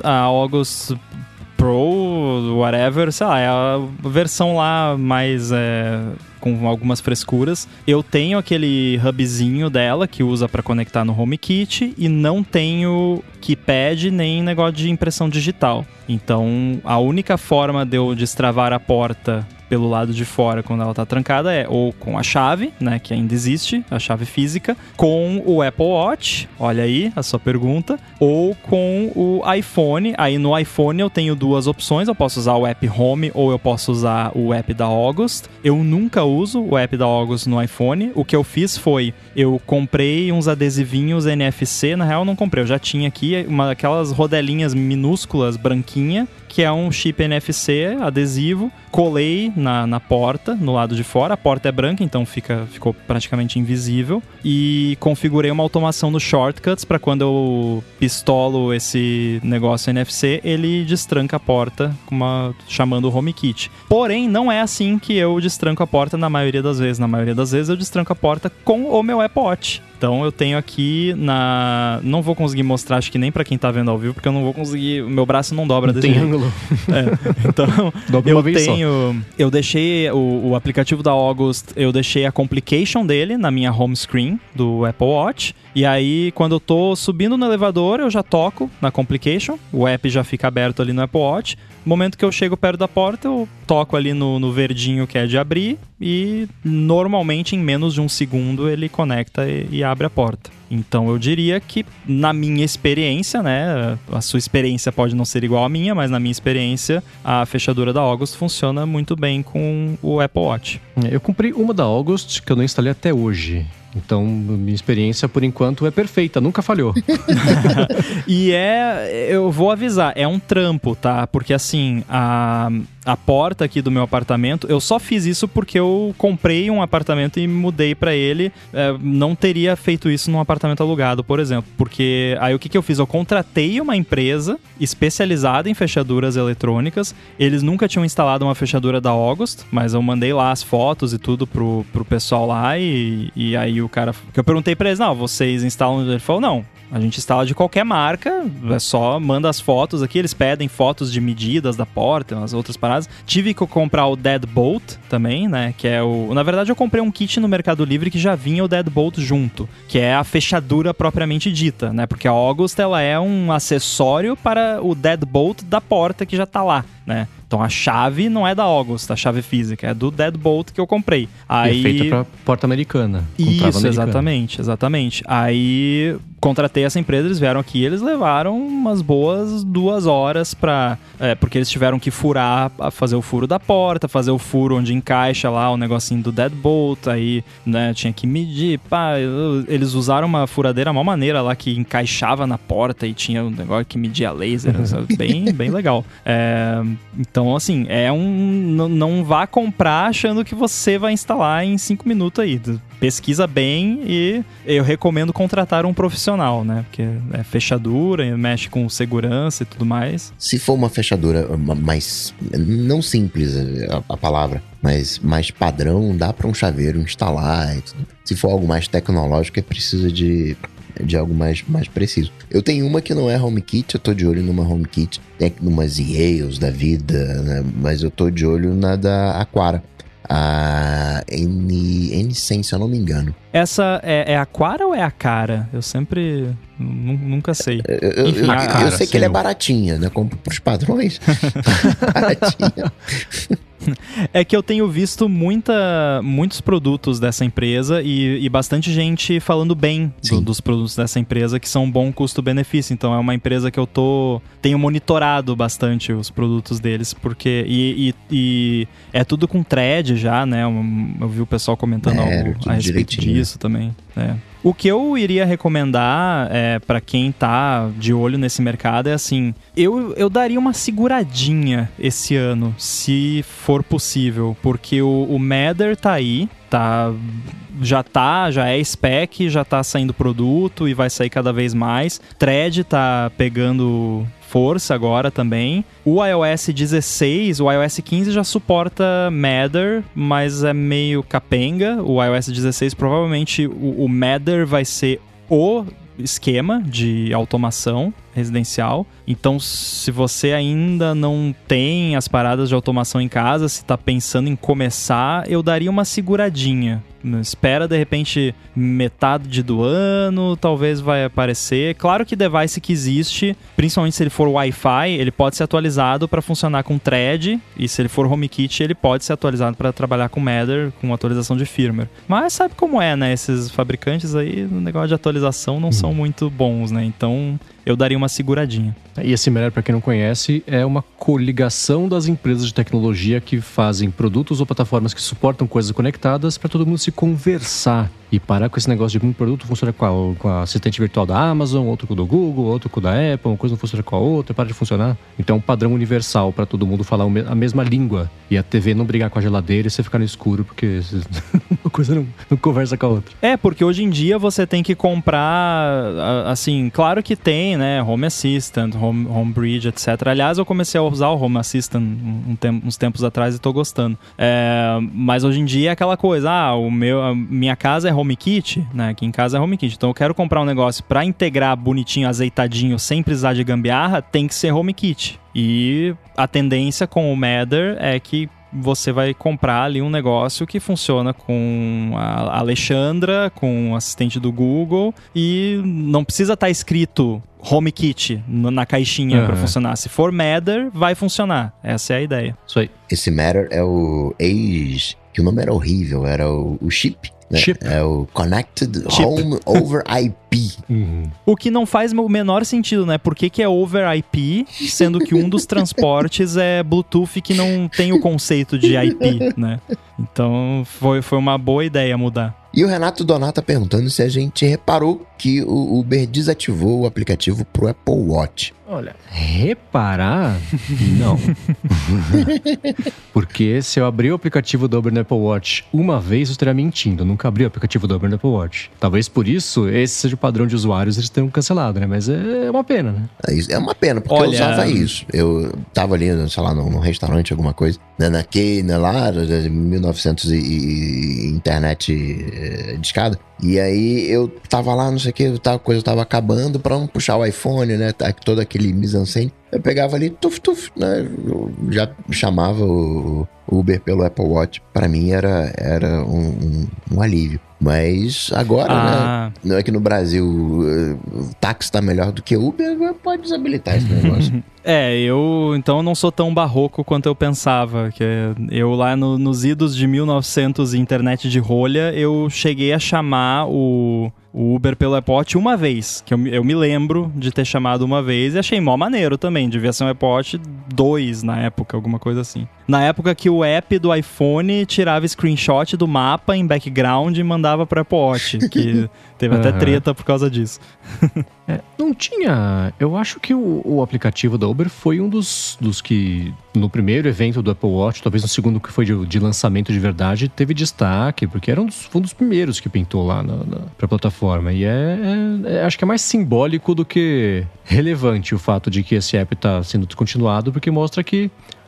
Pro, whatever, sei lá, é a versão lá mais com algumas frescuras. Eu tenho aquele hubzinho dela que usa para conectar no HomeKit e não tenho keypad nem negócio de impressão digital. Então, a única forma de eu destravar a porta pelo lado de fora quando ela tá trancada é ou com a chave, né, que ainda existe, a chave física, com o Apple Watch, olha aí a sua pergunta, ou com o iPhone. Aí no iPhone eu tenho duas opções, eu posso usar o app Home ou eu posso usar o app da August. Eu nunca uso o app da August no iPhone. O que eu fiz foi, eu comprei uns adesivinhos NFC, na real eu não comprei, eu já tinha aqui aquelas rodelinhas minúsculas, branquinha, que é um chip NFC adesivo, colei na porta, no lado de fora. A porta é branca, então ficou praticamente invisível. E configurei uma automação no Shortcuts para quando eu pistolo esse negócio NFC, ele destranca a porta chamando o HomeKit. Porém, não é assim que eu destranco a porta na maioria das vezes. Na maioria das vezes eu destranco a porta com o meu Apple Watch. Então eu tenho aqui não vou conseguir mostrar, acho que nem pra quem tá vendo ao vivo, porque eu não vou conseguir, o meu braço não dobra desse jeito. Ângulo. Então eu deixei o aplicativo da August, eu deixei a complication dele na minha home screen do Apple Watch. E aí, quando eu tô subindo no elevador, eu já toco na complication, o app já fica aberto ali no Apple Watch. No momento que eu chego perto da porta, eu toco ali no verdinho que é de abrir e normalmente em menos de um segundo ele conecta e abre a porta. Então eu diria que na minha experiência, né, a sua experiência pode não ser igual à minha, mas na minha experiência a fechadura da August funciona muito bem com o Apple Watch. Eu comprei uma da August que eu não instalei até hoje. Então, minha experiência, por enquanto, é perfeita, nunca falhou. E eu vou avisar, é um trampo, tá? Porque assim, a porta aqui do meu apartamento, eu só fiz isso porque eu comprei um apartamento e mudei pra ele. Não teria feito isso num apartamento alugado, por exemplo. Porque aí o que eu fiz? Eu contratei uma empresa especializada em fechaduras eletrônicas. Eles nunca tinham instalado uma fechadura da August, mas eu mandei lá as fotos e tudo pro pessoal lá e aí o cara... que eu perguntei pra eles, não, vocês instalam... Ele falou, não, a gente instala de qualquer marca, é só manda as fotos aqui, eles pedem fotos de medidas da porta, umas outras paradas. Tive que comprar o Deadbolt também, né, que é na verdade eu comprei um kit no Mercado Livre que já vinha o Deadbolt junto, que é a fechadura propriamente dita, né, porque a August, ela é um acessório para o Deadbolt da porta que já tá lá, né. Então a chave não é da August, a chave física, é do Deadbolt que eu comprei. Aí... E é feita pra porta americana. Isso, exatamente. Aí contratei essa empresa, eles vieram aqui, eles levaram umas boas 2 horas porque eles tiveram que furar, fazer o furo da porta, fazer o furo onde encaixa lá o negocinho do Deadbolt, aí, né, tinha que medir, eles usaram uma furadeira mó maneira lá que encaixava na porta e tinha um negócio que media laser, bem legal. Então, assim, não vá comprar achando que você vai instalar em 5 minutos aí. Pesquisa bem e eu recomendo contratar um profissional, né? Porque é fechadura, mexe com segurança e tudo mais. Se for uma fechadura mais... não simples a palavra, mas mais padrão, dá para um chaveiro instalar e tudo. Se for algo mais tecnológico, é preciso de algo mais preciso. Eu tenho uma que não é HomeKit, eu tô de olho numa HomeKit, tem umas Yales da vida, né? Mas eu tô de olho na da Aqara. A N100, se eu não me engano. Essa é a Quara ou é a Cara? Eu sempre... Nunca sei. Eu sei que ele é baratinha, né? Como pros padrões. Baratinha. É que eu tenho visto muitos produtos dessa empresa e bastante gente falando bem dos produtos dessa empresa, que são um bom custo-benefício. Então é uma empresa que eu tenho monitorado bastante os produtos deles, porque e é tudo com thread já, né? Eu vi o pessoal comentando algo a respeito disso também. O que eu iria recomendar para quem tá de olho nesse mercado é assim, eu daria uma seguradinha esse ano, se for possível, porque o Matter tá aí, já é spec, já tá saindo produto e vai sair cada vez mais. Thread tá pegando força agora também. O iOS 16, o iOS 15 já suporta Matter, mas é meio capenga. O iOS 16 provavelmente o Matter vai ser o esquema de automação residencial. Então, se você ainda não tem as paradas de automação em casa, se está pensando em começar, eu daria uma seguradinha. Espera, de repente, metade do ano, talvez vai aparecer. Claro que device que existe, principalmente se ele for Wi-Fi, ele pode ser atualizado para funcionar com Thread, e se ele for HomeKit, ele pode ser atualizado para trabalhar com Matter, com atualização de firmware. Mas sabe como é, né? Esses fabricantes aí, no negócio de atualização, não são muito bons, né? Então, eu daria uma seguradinha. E esse Matter, para quem não conhece, é uma coligação das empresas de tecnologia que fazem produtos ou plataformas que suportam coisas conectadas para todo mundo se conversar e parar com esse negócio de um produto funciona com a assistente virtual da Amazon, outro com o do Google, outro com o da Apple, uma coisa não funciona com a outra, para de funcionar. Então é um padrão universal para todo mundo falar a mesma língua e a TV não brigar com a geladeira e você ficar no escuro porque uma coisa não conversa com a outra. Porque hoje em dia você tem que comprar, assim, claro que tem, né, Home Assistant, Home Bridge, etc. Aliás, eu comecei a usar o Home Assistant uns tempos atrás e tô gostando. Mas hoje em dia é aquela coisa, a minha casa é HomeKit, né? Aqui em casa é HomeKit. Então eu quero comprar um negócio para integrar bonitinho, azeitadinho, sem precisar de gambiarra, tem que ser HomeKit. E a tendência com o Matter é que você vai comprar ali um negócio que funciona com a Alexandra, com o assistente do Google, e não precisa estar escrito HomeKit na caixinha para funcionar. Se for Matter, vai funcionar. Essa é a ideia. Isso aí. Esse Matter é o que o nome era horrível, era o Chip. Né? Chip. É o Connected Home Over IP. O que não faz o menor sentido, né? Por que é Over IP, sendo que um dos transportes é Bluetooth que não tem o conceito de IP, né? Então foi uma boa ideia mudar. E o Renato Donato tá perguntando se a gente reparou que o Uber desativou o aplicativo pro Apple Watch. Olha, reparar? Não. Porque se eu abrir o aplicativo do Uber no Apple Watch uma vez, eu estaria mentindo. Eu nunca abri o aplicativo do Uber no Apple Watch. Talvez por isso, esse seja o padrão de usuários, eles tenham cancelado, né? Mas é uma pena, né? É uma pena, porque eu usava isso. Eu tava ali, sei lá, num restaurante, alguma coisa, né, lá, 1900 e internet discada. E aí eu tava lá, não sei o que, a coisa tava acabando pra não puxar o iPhone, né? Todo aquele mise-en-scène. Eu pegava ali, né? Eu já chamava o Uber pelo Apple Watch. Pra mim era um alívio. Mas agora, né? Aqui no Brasil, o táxi tá melhor do que o Uber, pode desabilitar esse negócio. Eu então não sou tão barroco quanto eu pensava. Que eu lá nos idos de 1900 internet de rolha, eu cheguei a chamar o Uber pelo Apple Watch uma vez, que eu me lembro de ter chamado uma vez e achei mó maneiro também, devia ser um Apple Watch 2 na época, alguma coisa assim. Na época que o app do iPhone tirava screenshot do mapa em background e mandava pro Apple Watch, que teve até treta por causa disso. Não tinha... Eu acho que o aplicativo da Uber foi um dos que, no primeiro evento do Apple Watch, talvez no segundo que foi de lançamento de verdade, teve destaque, porque foi um dos primeiros que pintou lá pra plataforma. E acho que é mais simbólico do que relevante o fato de que esse app tá sendo descontinuado, porque mostra que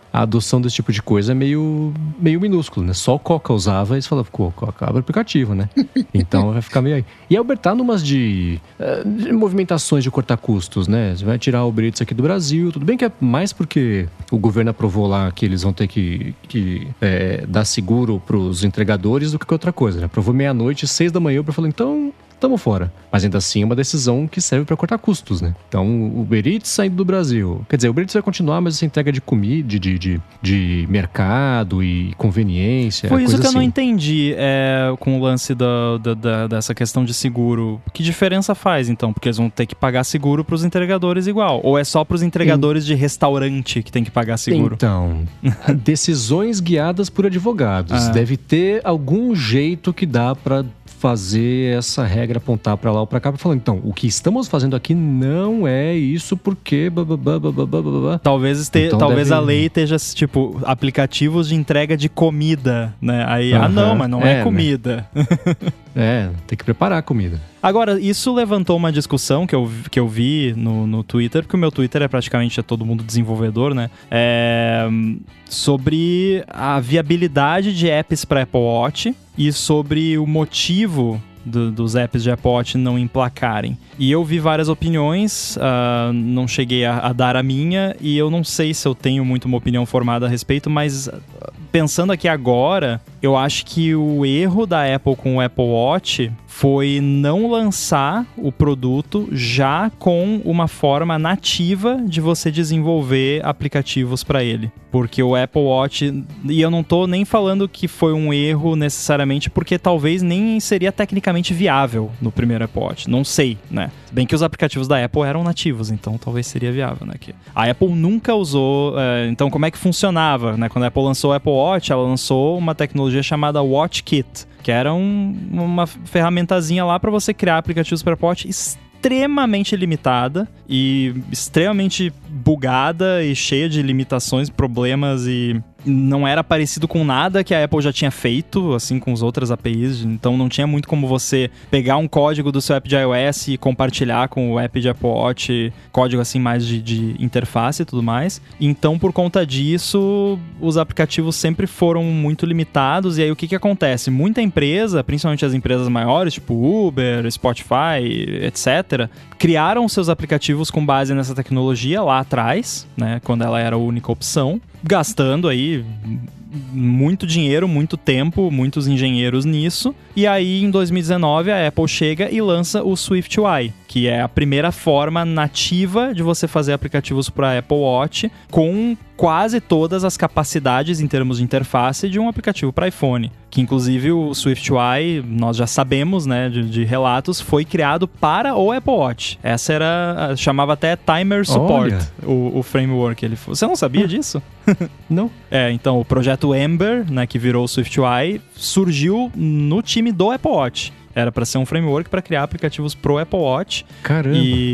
a adoção desse tipo de coisa é meio minúsculo, né? Só o Coca usava e você falava, Coca abre o aplicativo, né? Então vai ficar meio aí. E a Uber tá numas de movimentações de cortar custos, né? Você vai tirar o Uber Eats aqui do Brasil, tudo bem que é mais porque o governo aprovou lá que eles vão ter que dar seguro pros entregadores do que outra coisa, né? Aprovou meia-noite, 6 da manhã, eu falei, então... tamo fora. Mas ainda assim é uma decisão que serve para cortar custos, né? Então, o Uber Eats saindo do Brasil. Quer dizer, o Uber Eats vai continuar, mas essa entrega de comida, de mercado e conveniência. Foi isso que assim. Eu não entendi com o lance dessa questão de seguro. Que diferença faz, então? Porque eles vão ter que pagar seguro pros entregadores igual. Ou é só pros entregadores de restaurante que tem que pagar seguro? Então, decisões guiadas por advogados. Deve ter algum jeito que dá para fazer essa regra apontar para lá ou para cá, para falar, então, o que estamos fazendo aqui não é isso porque... Talvez a lei esteja, tipo, aplicativos de entrega de comida, né? Aí, não, mas não é comida. Né? Tem que preparar a comida. Agora, isso levantou uma discussão que eu vi no Twitter, porque o meu Twitter é praticamente todo mundo desenvolvedor, né? Sobre a viabilidade de apps para Apple Watch e sobre o motivo dos apps de Apple Watch não emplacarem. E eu vi várias opiniões, não cheguei a dar a minha, e eu não sei se eu tenho muito uma opinião formada a respeito, mas pensando aqui agora, eu acho que o erro da Apple com o Apple Watch foi não lançar o produto já com uma forma nativa de você desenvolver aplicativos para ele. Porque o Apple Watch, e eu não tô nem falando que foi um erro necessariamente, porque talvez nem seria tecnicamente viável no primeiro Apple Watch, não sei, né? Se bem que os aplicativos da Apple eram nativos, então talvez seria viável, né? A Apple nunca usou, então como é que funcionava, né? Quando a Apple lançou o Apple Watch, ela lançou uma tecnologia chamada WatchKit, que era uma ferramentazinha lá para você criar aplicativos para Apple Watch extremamente limitada e extremamente bugada e cheia de limitações, problemas, e não era parecido com nada que a Apple já tinha feito, assim, com as outras APIs. Então não tinha muito como você pegar um código do seu app de iOS e compartilhar com o app de Apple Watch, código assim mais de interface e tudo mais. Então, por conta disso, os aplicativos sempre foram muito limitados. E aí o que acontece? Muita empresa, principalmente as empresas maiores, tipo Uber, Spotify, etc., criaram seus aplicativos com base nessa tecnologia lá atrás, né, quando ela era a única opção, gastando aí muito dinheiro, muito tempo, muitos engenheiros nisso. E aí, em 2019, a Apple chega e lança o SwiftUI, que é a primeira forma nativa de você fazer aplicativos para Apple Watch com quase todas as capacidades em termos de interface de um aplicativo para iPhone. Que, inclusive, o SwiftUI, nós já sabemos, né, de relatos, foi criado para o Apple Watch. Essa chamava até Timer Support, o framework. Você não sabia disso? Não. Então, o projeto Ember, né, que virou o SwiftUI, surgiu no time do Apple Watch. Era para ser um framework para criar aplicativos pro Apple Watch. Caramba!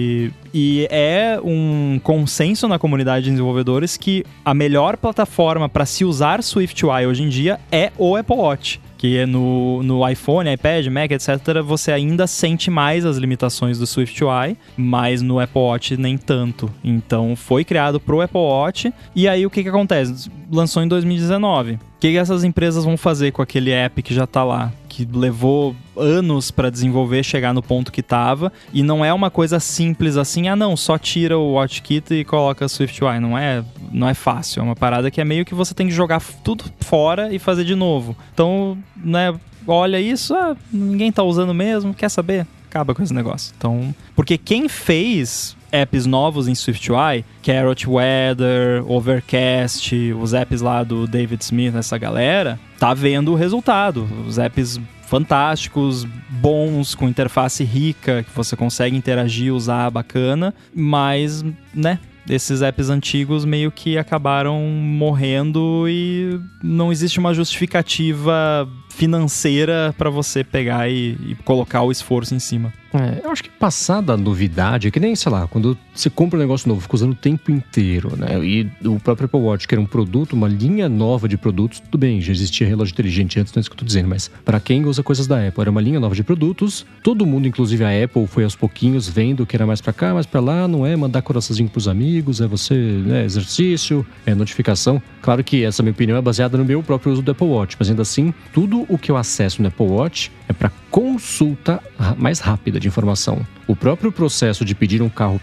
E é um consenso na comunidade de desenvolvedores que a melhor plataforma para se usar SwiftUI hoje em dia é o Apple Watch. Que no iPhone, iPad, Mac, etc., você ainda sente mais as limitações do SwiftUI, mas no Apple Watch nem tanto. Então foi criado pro Apple Watch. E aí o que acontece? Lançou em 2019. O que essas empresas vão fazer com aquele app que já tá lá? Que levou anos para desenvolver, chegar no ponto que tava, e não é uma coisa simples assim, só tira o WatchKit e coloca SwiftUI. Não é fácil, é uma parada que é meio que você tem que jogar tudo fora e fazer de novo. Então, né, olha isso, ninguém tá usando mesmo, quer saber? Acaba com esse negócio. Então, porque quem fez apps novos em SwiftUI, Carrot Weather, Overcast, os apps lá do David Smith, essa galera, tá vendo o resultado. Os apps fantásticos, bons, com interface rica, que você consegue interagir, usar, bacana, mas, né, esses apps antigos meio que acabaram morrendo e não existe uma justificativa financeira para você pegar e colocar o esforço em cima. Eu acho que passada a novidade, é que nem, sei lá, quando você compra um negócio novo, fica usando o tempo inteiro, né? E o próprio Apple Watch, que era um produto, uma linha nova de produtos, tudo bem, já existia relógio inteligente antes, não é isso que eu tô dizendo, mas para quem usa coisas da Apple, era uma linha nova de produtos, todo mundo, inclusive a Apple, foi aos pouquinhos vendo que era mais para cá, mais para lá, não é mandar coraçãozinho pros amigos, é você, né, exercício, é notificação. Claro que essa minha opinião é baseada no meu próprio uso do Apple Watch, mas ainda assim, tudo o que eu acesso no Apple Watch é para consulta mais rápida de informação. O próprio processo de pedir um carro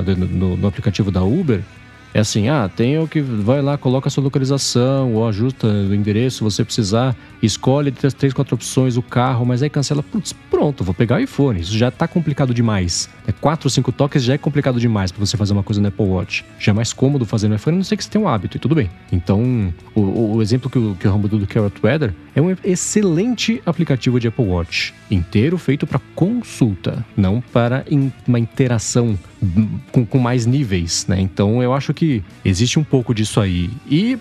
no aplicativo da Uber é assim, vai lá, coloca a sua localização ou ajusta o endereço se você precisar, escolhe entre as 3, 4 opções o carro, mas aí cancela, pronto, vou pegar o iPhone, isso já tá complicado demais. 4 ou 5 toques já é complicado demais para você fazer uma coisa no Apple Watch. Já é mais cômodo fazer no iPhone, a não ser que você tenha um hábito, e tudo bem. Então, o exemplo que o Rambo do Carrot Weather é um excelente aplicativo de Apple Watch, inteiro feito para consulta, não para uma interação com mais níveis, né? Então eu acho que existe um pouco disso aí. E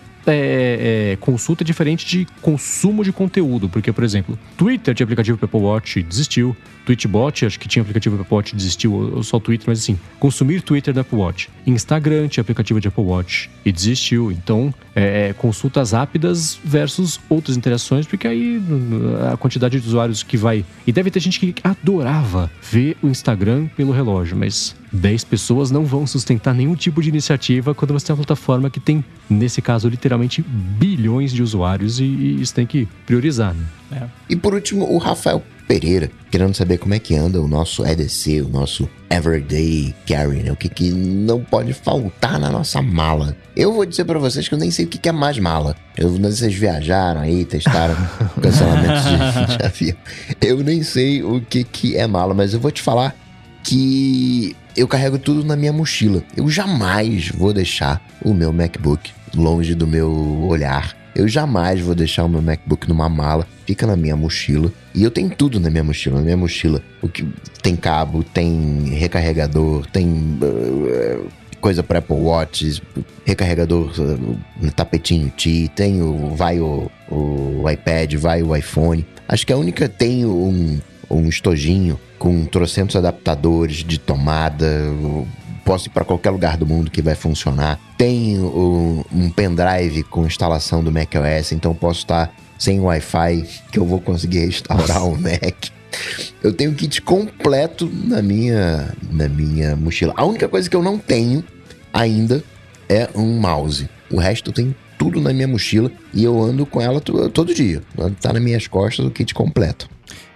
consulta é diferente de consumo de conteúdo, porque, por exemplo, Twitter tinha aplicativo para Apple Watch, desistiu. Tweetbot, acho que tinha aplicativo para Apple Watch, desistiu, ou só Twitter, mas assim, consumir Twitter da Apple Watch. Instagram tinha aplicativo de Apple Watch e desistiu. Então, consultas rápidas versus outras interações, porque aí a quantidade de usuários que vai... E deve ter gente que adorava ver o Instagram pelo relógio, mas 10 pessoas não vão sustentar nenhum tipo de iniciativa quando você tem uma plataforma que tem, nesse caso, literalmente bilhões de usuários e isso tem que priorizar, né? E por último, o Rafael Pereira, querendo saber como é que anda o nosso EDC, o nosso Everyday Carry, né? O que não pode faltar na nossa mala. Eu vou dizer pra vocês que eu nem sei o que é mais mala. Vocês viajaram aí, testaram cancelamentos de avião. Eu nem sei o que é mala, mas eu vou te falar que eu carrego tudo na minha mochila. Eu jamais vou deixar o meu MacBook longe do meu olhar. Eu jamais vou deixar o meu MacBook numa mala. Fica na minha mochila. E eu tenho tudo na minha mochila. Na minha mochila, o que tem cabo, tem recarregador, tem coisa para Apple Watch, recarregador, tapetinho T, tem o iPad, vai o iPhone. Acho que a única tem um estojinho com trocentos adaptadores de tomada. Posso ir para qualquer lugar do mundo que vai funcionar. Tem um pendrive com instalação do macOS, então posso estar sem Wi-Fi, que eu vou conseguir restaurar o Mac. Eu tenho o kit completo na minha mochila. A única coisa que eu não tenho ainda é um mouse. O resto eu tenho tudo na minha mochila e eu ando com ela todo dia. Tá nas minhas costas o kit completo.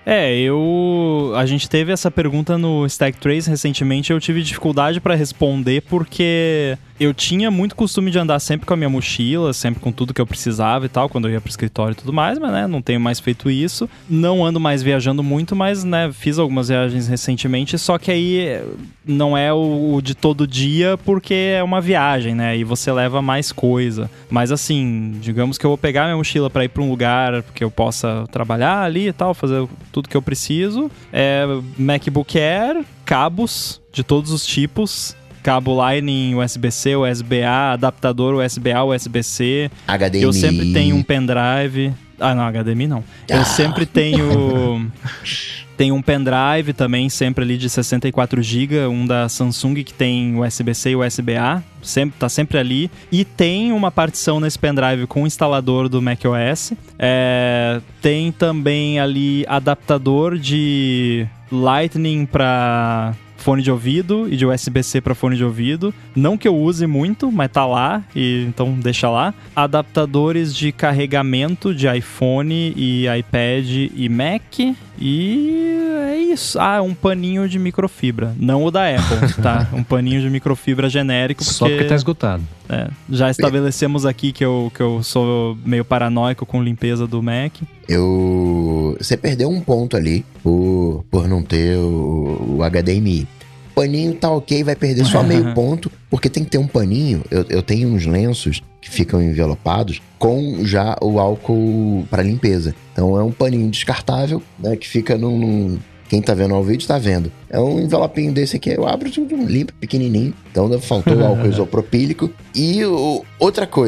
A gente teve essa pergunta no Stack Trace recentemente, eu tive dificuldade para responder porque eu tinha muito costume de andar sempre com a minha mochila, sempre com tudo que eu precisava e tal, quando eu ia pro escritório e tudo mais, mas, né, não tenho mais feito isso. Não ando mais viajando muito, mas, né, fiz algumas viagens recentemente, só que aí não é o de todo dia porque é uma viagem, né, e você leva mais coisa. Mas, assim, digamos que eu vou pegar minha mochila para ir para um lugar que eu possa trabalhar ali e tal, fazer tudo que eu preciso. MacBook Air, cabos de todos os tipos, cabo Lightning, USB-C, USB-A, adaptador USB-A, USB-C. HDMI. Eu sempre tenho um pendrive. Ah, não, HDMI não. Eu sempre tenho um pendrive também, sempre ali de 64 GB, um da Samsung que tem USB-C e USB-A, tá sempre ali. E tem uma partição nesse pendrive com o instalador do macOS. Tem também ali adaptador de Lightning para fone de ouvido e de USB-C para fone de ouvido. Não que eu use muito, mas tá lá, e então deixa lá. Adaptadores de carregamento de iPhone e iPad e Mac. E é isso. Um paninho de microfibra. Não o da Apple, tá? Um paninho de microfibra genérico. Só porque tá esgotado. Já estabelecemos aqui que eu sou meio paranoico com limpeza do Mac. Você perdeu um ponto ali por não ter o HDMI. O paninho tá ok, vai perder só meio ponto, porque tem que ter um paninho. Eu tenho uns lenços que ficam envelopados com já o álcool para limpeza. Então é um paninho descartável, né, que fica quem tá vendo ao vídeo tá vendo. É um envelopinho desse aqui, eu abro tudo limpo, pequenininho. Então faltou o álcool isopropílico. E outra coisa,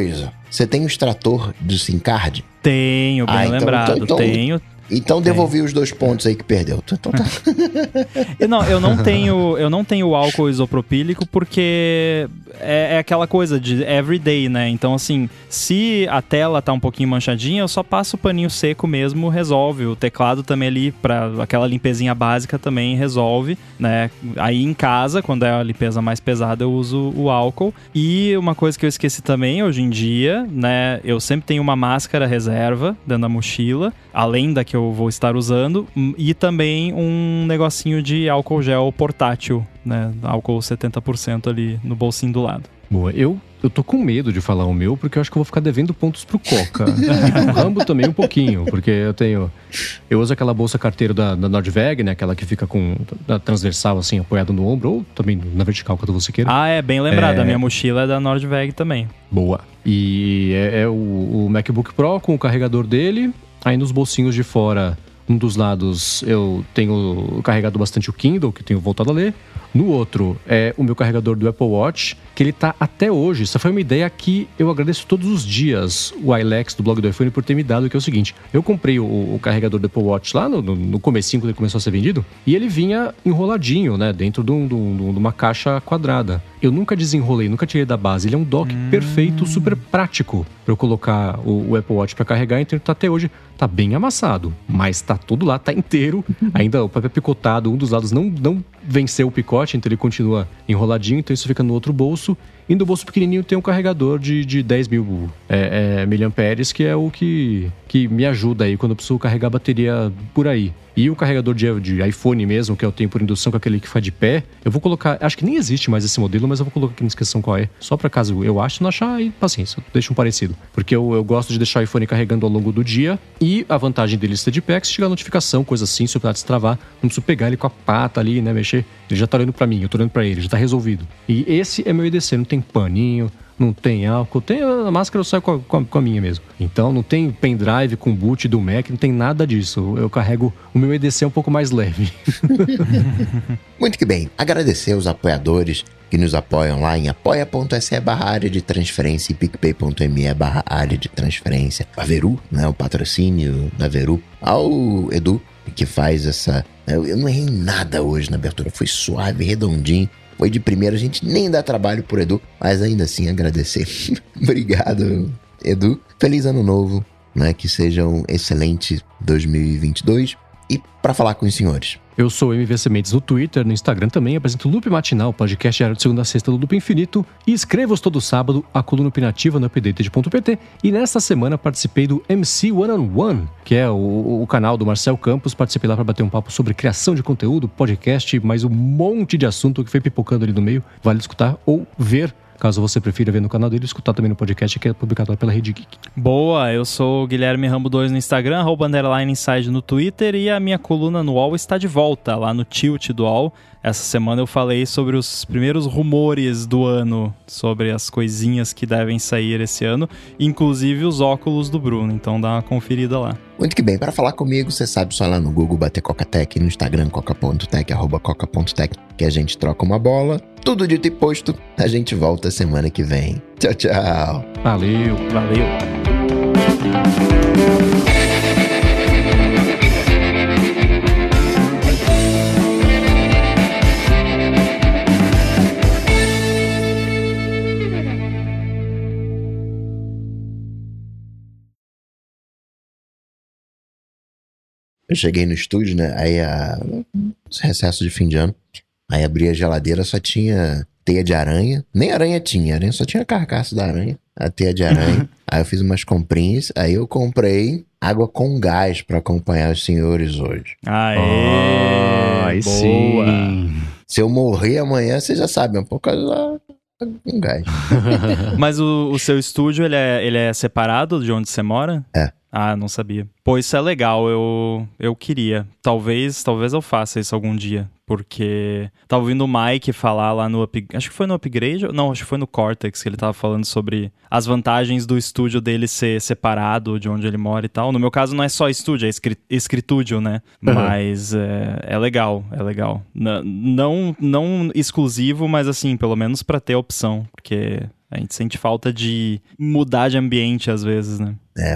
Você tem o extrator do SIM card? Tenho, bem lembrado. Tenho. Então devolvi os 2 pontos aí que perdeu. Então tá. Não, eu não tenho álcool isopropílico porque é aquela coisa de everyday, né? Então, assim, se a tela tá um pouquinho manchadinha, eu só passo o paninho seco mesmo, resolve. O teclado também ali, pra aquela limpezinha básica também resolve, né? Aí em casa, quando é a limpeza mais pesada, eu uso o álcool. E uma coisa que eu esqueci também, hoje em dia, né? Eu sempre tenho uma máscara reserva dentro da mochila, além da que eu vou estar usando, e também um negocinho de álcool gel portátil, né? Álcool 70% ali no bolsinho do lado. Boa, eu tô com medo de falar o meu, porque eu acho que eu vou ficar devendo pontos pro Coca. E pro Rambo também um pouquinho, porque eu uso aquela bolsa carteira da Nordveg, né? Aquela que fica com a transversal, assim, apoiada no ombro, ou também na vertical, quando você queira. Ah, bem lembrado. A minha mochila é da Nordveg também. Boa. E é o MacBook Pro com o carregador dele. Aí nos bolsinhos de fora, um dos lados eu tenho carregado bastante o Kindle, que tenho voltado a ler. No outro é o meu carregador do Apple Watch, que ele tá até hoje. Essa foi uma ideia que eu agradeço todos os dias o Ilex do blog do iPhone por ter me dado, que é o seguinte: eu comprei o carregador do Apple Watch lá no comecinho, quando ele começou a ser vendido, e ele vinha enroladinho, né, dentro de uma caixa quadrada. Eu nunca desenrolei, nunca tirei da base. Ele é um dock perfeito, super prático para eu colocar o Apple Watch para carregar. Então tá até hoje, tá bem amassado, mas tá tudo lá, tá inteiro. Ainda o papel picotado, um dos lados não venceu o picote, então ele continua enroladinho, então isso fica no outro bolso. E no bolso pequenininho tem um carregador de 10 mil miliamperes, que é o que me ajuda aí quando eu preciso carregar a bateria por aí. E o carregador de iPhone mesmo, que eu tenho por indução, com aquele que faz de pé, eu vou colocar... Acho que nem existe mais esse modelo, mas eu vou colocar aqui na descrição qual é. Só pra caso eu ache, não achar, aí paciência, eu deixo um parecido. Porque eu gosto de deixar o iPhone carregando ao longo do dia. E a vantagem dele ser de pé é que se chegar a notificação, coisa assim, se eu precisar destravar, não preciso pegar ele com a pata ali, né, mexer. Ele já tá olhando pra mim, eu tô olhando pra ele, já tá resolvido. E esse é meu EDC, não tem paninho, não tem álcool, tem a máscara, eu saio com a minha mesmo. Então não tem pendrive com boot do Mac, não tem nada disso. Eu carrego o meu EDC um pouco mais leve. Muito que bem, agradecer aos apoiadores que nos apoiam lá em apoia.se/área de transferência e picpay.me/área de transferência. A Veru, né, o patrocínio da Veru, ao Edu, que faz essa... Eu não errei nada hoje na abertura, foi suave, redondinho. Foi de primeira, a gente nem dá trabalho por Edu, mas ainda assim agradecer. Obrigado, Edu. Feliz ano novo, né? Que seja um excelente 2022. E para falar com os senhores. Eu sou o MV Sementes no Twitter, no Instagram também, apresento o Loop Matinal, podcast diário de segunda a sexta do Loop Infinito, e escrevo todo sábado a coluna opinativa no updated.pt, e nesta semana participei do MC One on One, que é o canal do Marcel Campos. Participei lá para bater um papo sobre criação de conteúdo, podcast, mais um monte de assunto que foi pipocando ali no meio. Vale escutar ou ver, caso você prefira ver no canal dele, escutar também no podcast, que é publicado pela Rede Geek. Boa, eu sou o Guilherme Rambo 2 no Instagram, @_inside no Twitter, e a minha coluna no UOL está de volta, lá no Tilt do UOL. Essa semana eu falei sobre os primeiros rumores do ano, sobre as coisinhas que devem sair esse ano, inclusive os óculos do Bruno, então dá uma conferida lá. Muito que bem, para falar comigo, você sabe, só lá no Google bater Coca-Tech, no Instagram coca.tech, @coca.tech, que a gente troca uma bola. Tudo dito e posto, a gente volta semana que vem. Tchau, tchau. Valeu. Eu cheguei no estúdio, né? Aí recesso de fim de ano. Aí abri a geladeira, só tinha teia de aranha. Nem aranha tinha, aranha só tinha a carcaça da aranha. A teia de aranha. Aí eu fiz umas comprinhas. Aí eu comprei água com gás pra acompanhar os senhores hoje. Aê! Boa. Sim. Se eu morrer amanhã, vocês já sabem, por causa da com gás. Mas o seu estúdio, ele é separado de onde você mora? É. Ah, não sabia. Pô, isso é legal, eu queria. Talvez eu faça isso algum dia, porque tava ouvindo o Mike falar lá no acho que foi no Upgrade, não, acho que foi no Cortex, que ele tava falando sobre as vantagens do estúdio dele ser separado de onde ele mora e tal. No meu caso não é só estúdio, é escritúdio, né? Uhum. Mas é legal. Não exclusivo, mas assim, pelo menos pra ter opção, porque A gente sente falta de mudar de ambiente às vezes, né?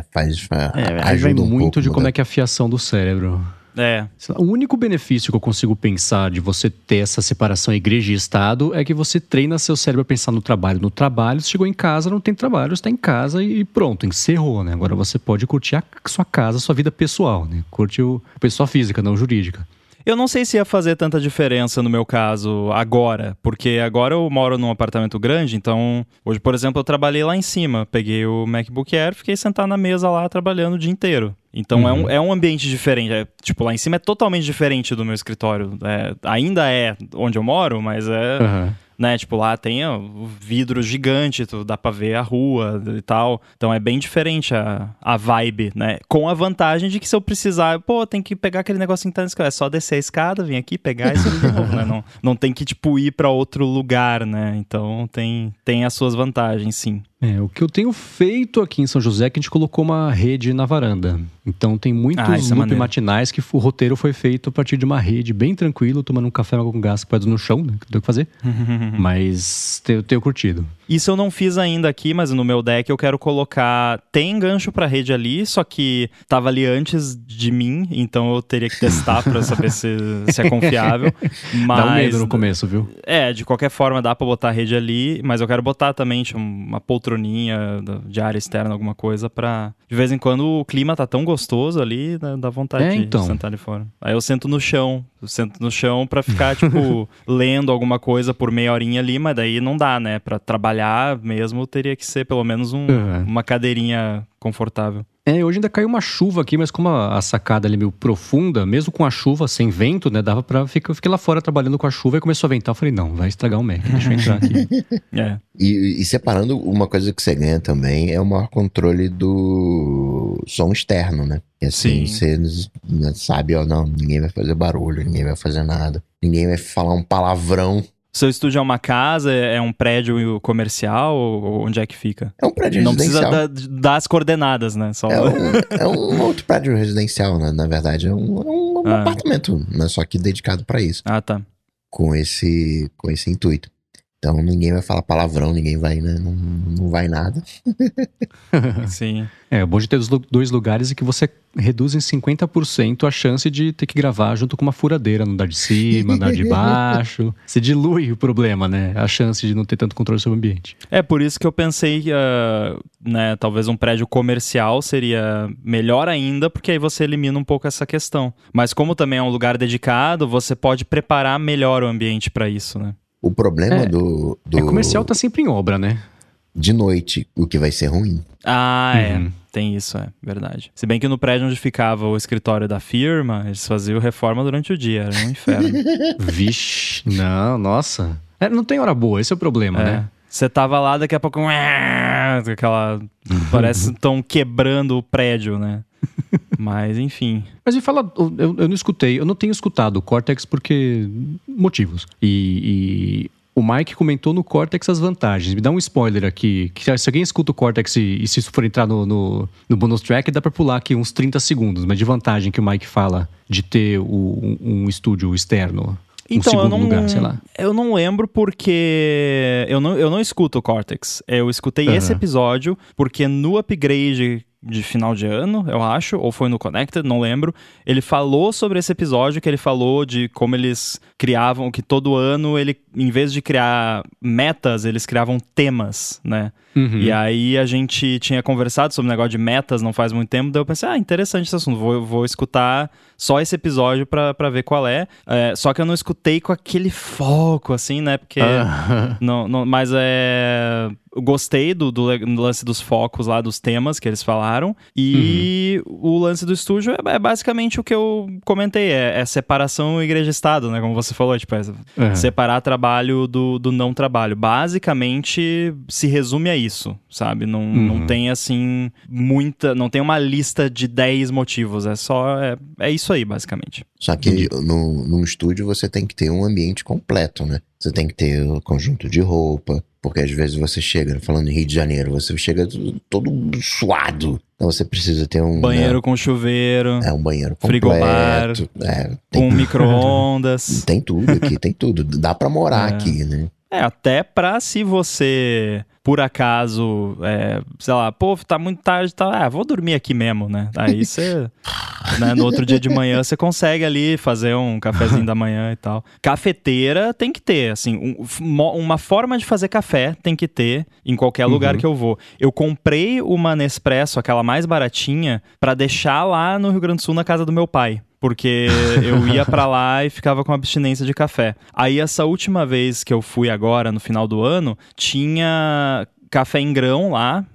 Vai muito de como é que é a fiação do cérebro. O único benefício que eu consigo pensar de você ter essa separação igreja e Estado é que você treina seu cérebro a pensar no trabalho. No trabalho, você chegou em casa, não tem trabalho, você está em casa e pronto, encerrou, né? Agora você pode curtir a sua casa, a sua vida pessoal, né? Curte a pessoa física, não jurídica. Eu não sei se ia fazer tanta diferença no meu caso agora, porque agora eu moro num apartamento grande, então hoje, por exemplo, eu trabalhei lá em cima, peguei o MacBook Air, fiquei sentado na mesa lá trabalhando o dia inteiro. Então é um ambiente diferente, tipo, lá em cima é totalmente diferente do meu escritório. Ainda é onde eu moro, mas né, tipo, lá tem o vidro gigante, dá pra ver a rua e tal. Então é bem diferente a vibe, né? Com a vantagem de que se eu precisar, tem que pegar aquele negocinho que tá na escada. É só descer a escada, vir aqui, pegar e subir de novo, né? Não tem que, tipo, ir pra outro lugar, né? Então tem as suas vantagens, sim. O que eu tenho feito aqui em São José é que a gente colocou uma rede na varanda. Então tem muitos loop matinais que o roteiro foi feito a partir de uma rede bem tranquilo, tomando um café com gás pode no chão, né? Que tem o que fazer. Mas eu tenho curtido. Isso eu não fiz ainda aqui, mas no meu deck eu quero colocar... Tem gancho pra rede ali, só que tava ali antes de mim, então eu teria que testar pra saber se é confiável. Mas... Dá um medo no começo, viu? De qualquer forma dá pra botar a rede ali, mas eu quero botar também uma poltroninha de área externa, alguma coisa pra... De vez em quando o clima tá tão gostoso ali, né, dá vontade de sentar ali fora. Aí eu sento no chão pra ficar, tipo, lendo alguma coisa por meia horinha ali, mas daí não dá, né? Pra trabalhar mesmo, teria que ser pelo menos uma cadeirinha confortável. Hoje ainda caiu uma chuva aqui, mas como a sacada ali é meio profunda, mesmo com a chuva, sem vento, né, dava pra... Eu fiquei lá fora trabalhando com a chuva e começou a ventar. Eu falei, não, vai estragar o Mac, deixa eu entrar aqui. E separando, uma coisa que você ganha também é o maior controle do som externo, né? E assim, você sabe, não, ninguém vai fazer barulho, ninguém vai fazer nada, ninguém vai falar um palavrão. Seu estúdio é uma casa, é um prédio comercial, ou onde é que fica? É um prédio residencial. Não precisa dar as coordenadas, né? Só... É um outro prédio residencial, né? Na verdade. É um apartamento, né? Só que dedicado pra isso. Tá. Com esse intuito. Então ninguém vai falar palavrão, ninguém vai, né? Não vai nada. Sim. O bom de ter os dois lugares é que você reduz em 50% a chance de ter que gravar junto com uma furadeira no andar de cima, no andar de baixo. Você dilui o problema, né? A chance de não ter tanto controle sobre o ambiente. Por isso que eu pensei que, né, talvez um prédio comercial seria melhor ainda, porque aí você elimina um pouco essa questão. Mas como também é um lugar dedicado, você pode preparar melhor o ambiente para isso, né? O problema do... comercial tá sempre em obra, né? De noite, o que vai ser ruim. Tem isso, verdade. Se bem que no prédio onde ficava o escritório da firma, eles faziam reforma durante o dia, era um inferno. Vixe, não, nossa. Não tem hora boa, esse é o problema, né? Você tava lá, daqui a pouco... Parece que estão quebrando o prédio, né? Mas, enfim. Mas me fala, eu não escutei, eu não tenho escutado o Cortex porque... motivos. E o Mike comentou no Cortex as vantagens. Me dá um spoiler aqui, que se alguém escuta o Cortex e se isso for entrar no bonus track, dá pra pular aqui uns 30 segundos. Mas de vantagem que o Mike fala de ter um estúdio externo. Então, lugar, sei lá. Eu não lembro porque... Eu não escuto o Cortex. Eu escutei esse episódio porque no upgrade de final de ano, eu acho, ou foi no Connected, não lembro. Ele falou sobre esse episódio, que ele falou de como eles criavam, que todo ano, em vez de criar metas, eles criavam temas, né? E aí a gente tinha conversado sobre o negócio de metas não faz muito tempo, daí eu pensei, interessante esse assunto, vou escutar só esse episódio pra ver qual é. Só que eu não escutei com aquele foco, assim, né? Porque... mas eu gostei do lance dos focos lá, dos temas que eles falaram. E o lance do estúdio é basicamente o que eu comentei. É separação igreja-estado, né? Como você falou, tipo, separar trabalho do não trabalho. Basicamente, se resume a isso, sabe? Não tem, assim, não tem uma lista de 10 motivos. É isso aí, basicamente. Só que num estúdio você tem que ter um ambiente completo, né? Você tem que ter um conjunto de roupa, porque às vezes você chega, falando em Rio de Janeiro, você chega todo suado. Então você precisa ter um... banheiro com chuveiro. Um banheiro completo. Frigobar. Com micro-ondas. Tem tudo aqui, tem tudo. Dá pra morar aqui, né? Até pra se você por acaso, sei lá, pô, tá muito tarde, tá, vou dormir aqui mesmo, né? Aí você, né, no outro dia de manhã, você consegue ali fazer um cafezinho da manhã e tal. Cafeteira tem que ter, assim, uma forma de fazer café tem que ter em qualquer lugar que eu vou. Eu comprei uma Nespresso, aquela mais baratinha, pra deixar lá no Rio Grande do Sul, na casa do meu pai. Porque eu ia pra lá e ficava com abstinência de café. Aí essa última vez que eu fui agora, no final do ano, tinha café em grão lá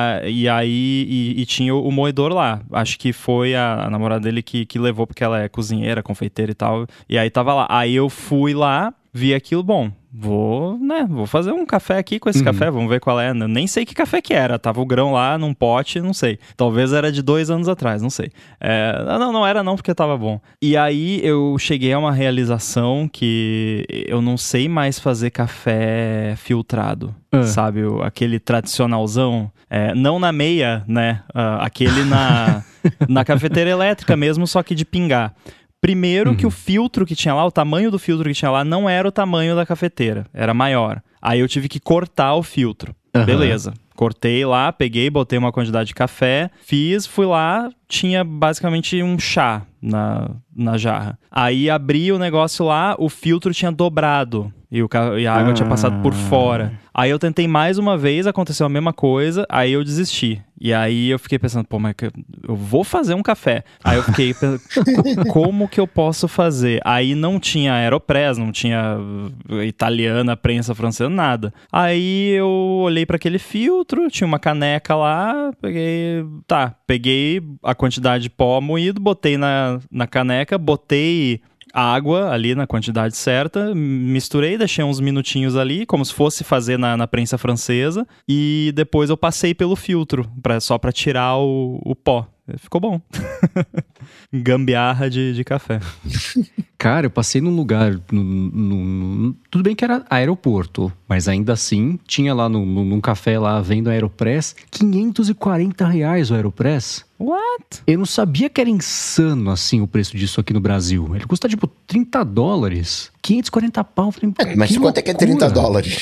e tinha o moedor lá. Acho que foi a namorada dele que levou, porque ela é cozinheira, confeiteira e tal. E aí tava lá. Aí eu fui lá, vi aquilo, bom, vou fazer um café aqui com esse café, vamos ver qual é. Eu nem sei que café que era, tava o grão lá num pote, não sei. Talvez era de 2 anos atrás, não sei. Não era não, porque tava bom. E aí eu cheguei a uma realização que eu não sei mais fazer café filtrado, sabe? Aquele tradicionalzão, não na meia, né? Aquele na cafeteira elétrica mesmo, só que de pingar. Primeiro que o filtro que tinha lá, o tamanho do filtro que tinha lá não era o tamanho da cafeteira, era maior. Aí eu tive que cortar o filtro. Beleza. Cortei lá, peguei, botei uma quantidade de café, fui lá, tinha basicamente um chá na jarra. Aí abri o negócio lá, o filtro tinha dobrado e a água tinha passado por fora. Aí eu tentei mais uma vez, aconteceu a mesma coisa, aí eu desisti. E aí eu fiquei pensando, pô, mas eu vou fazer um café. Aí eu fiquei pensando, como que eu posso fazer? Aí não tinha Aeropress, não tinha italiana, prensa francesa, nada. Aí eu olhei para aquele filtro, tinha uma caneca lá, peguei a quantidade de pó moído, botei na caneca, botei água ali na quantidade certa, misturei, deixei uns minutinhos ali, como se fosse fazer na prensa francesa, e depois eu passei pelo filtro, só pra tirar o pó. Ficou bom. Gambiarra de café. Cara, eu passei num lugar, tudo bem que era aeroporto, mas ainda assim, tinha lá num café lá, vendo Aeropress, R$540 o Aeropress. What? Eu não sabia que era insano, assim, o preço disso aqui no Brasil. Ele custa, tipo, $30. 540 pau. Falei, mas quanto é que é $30?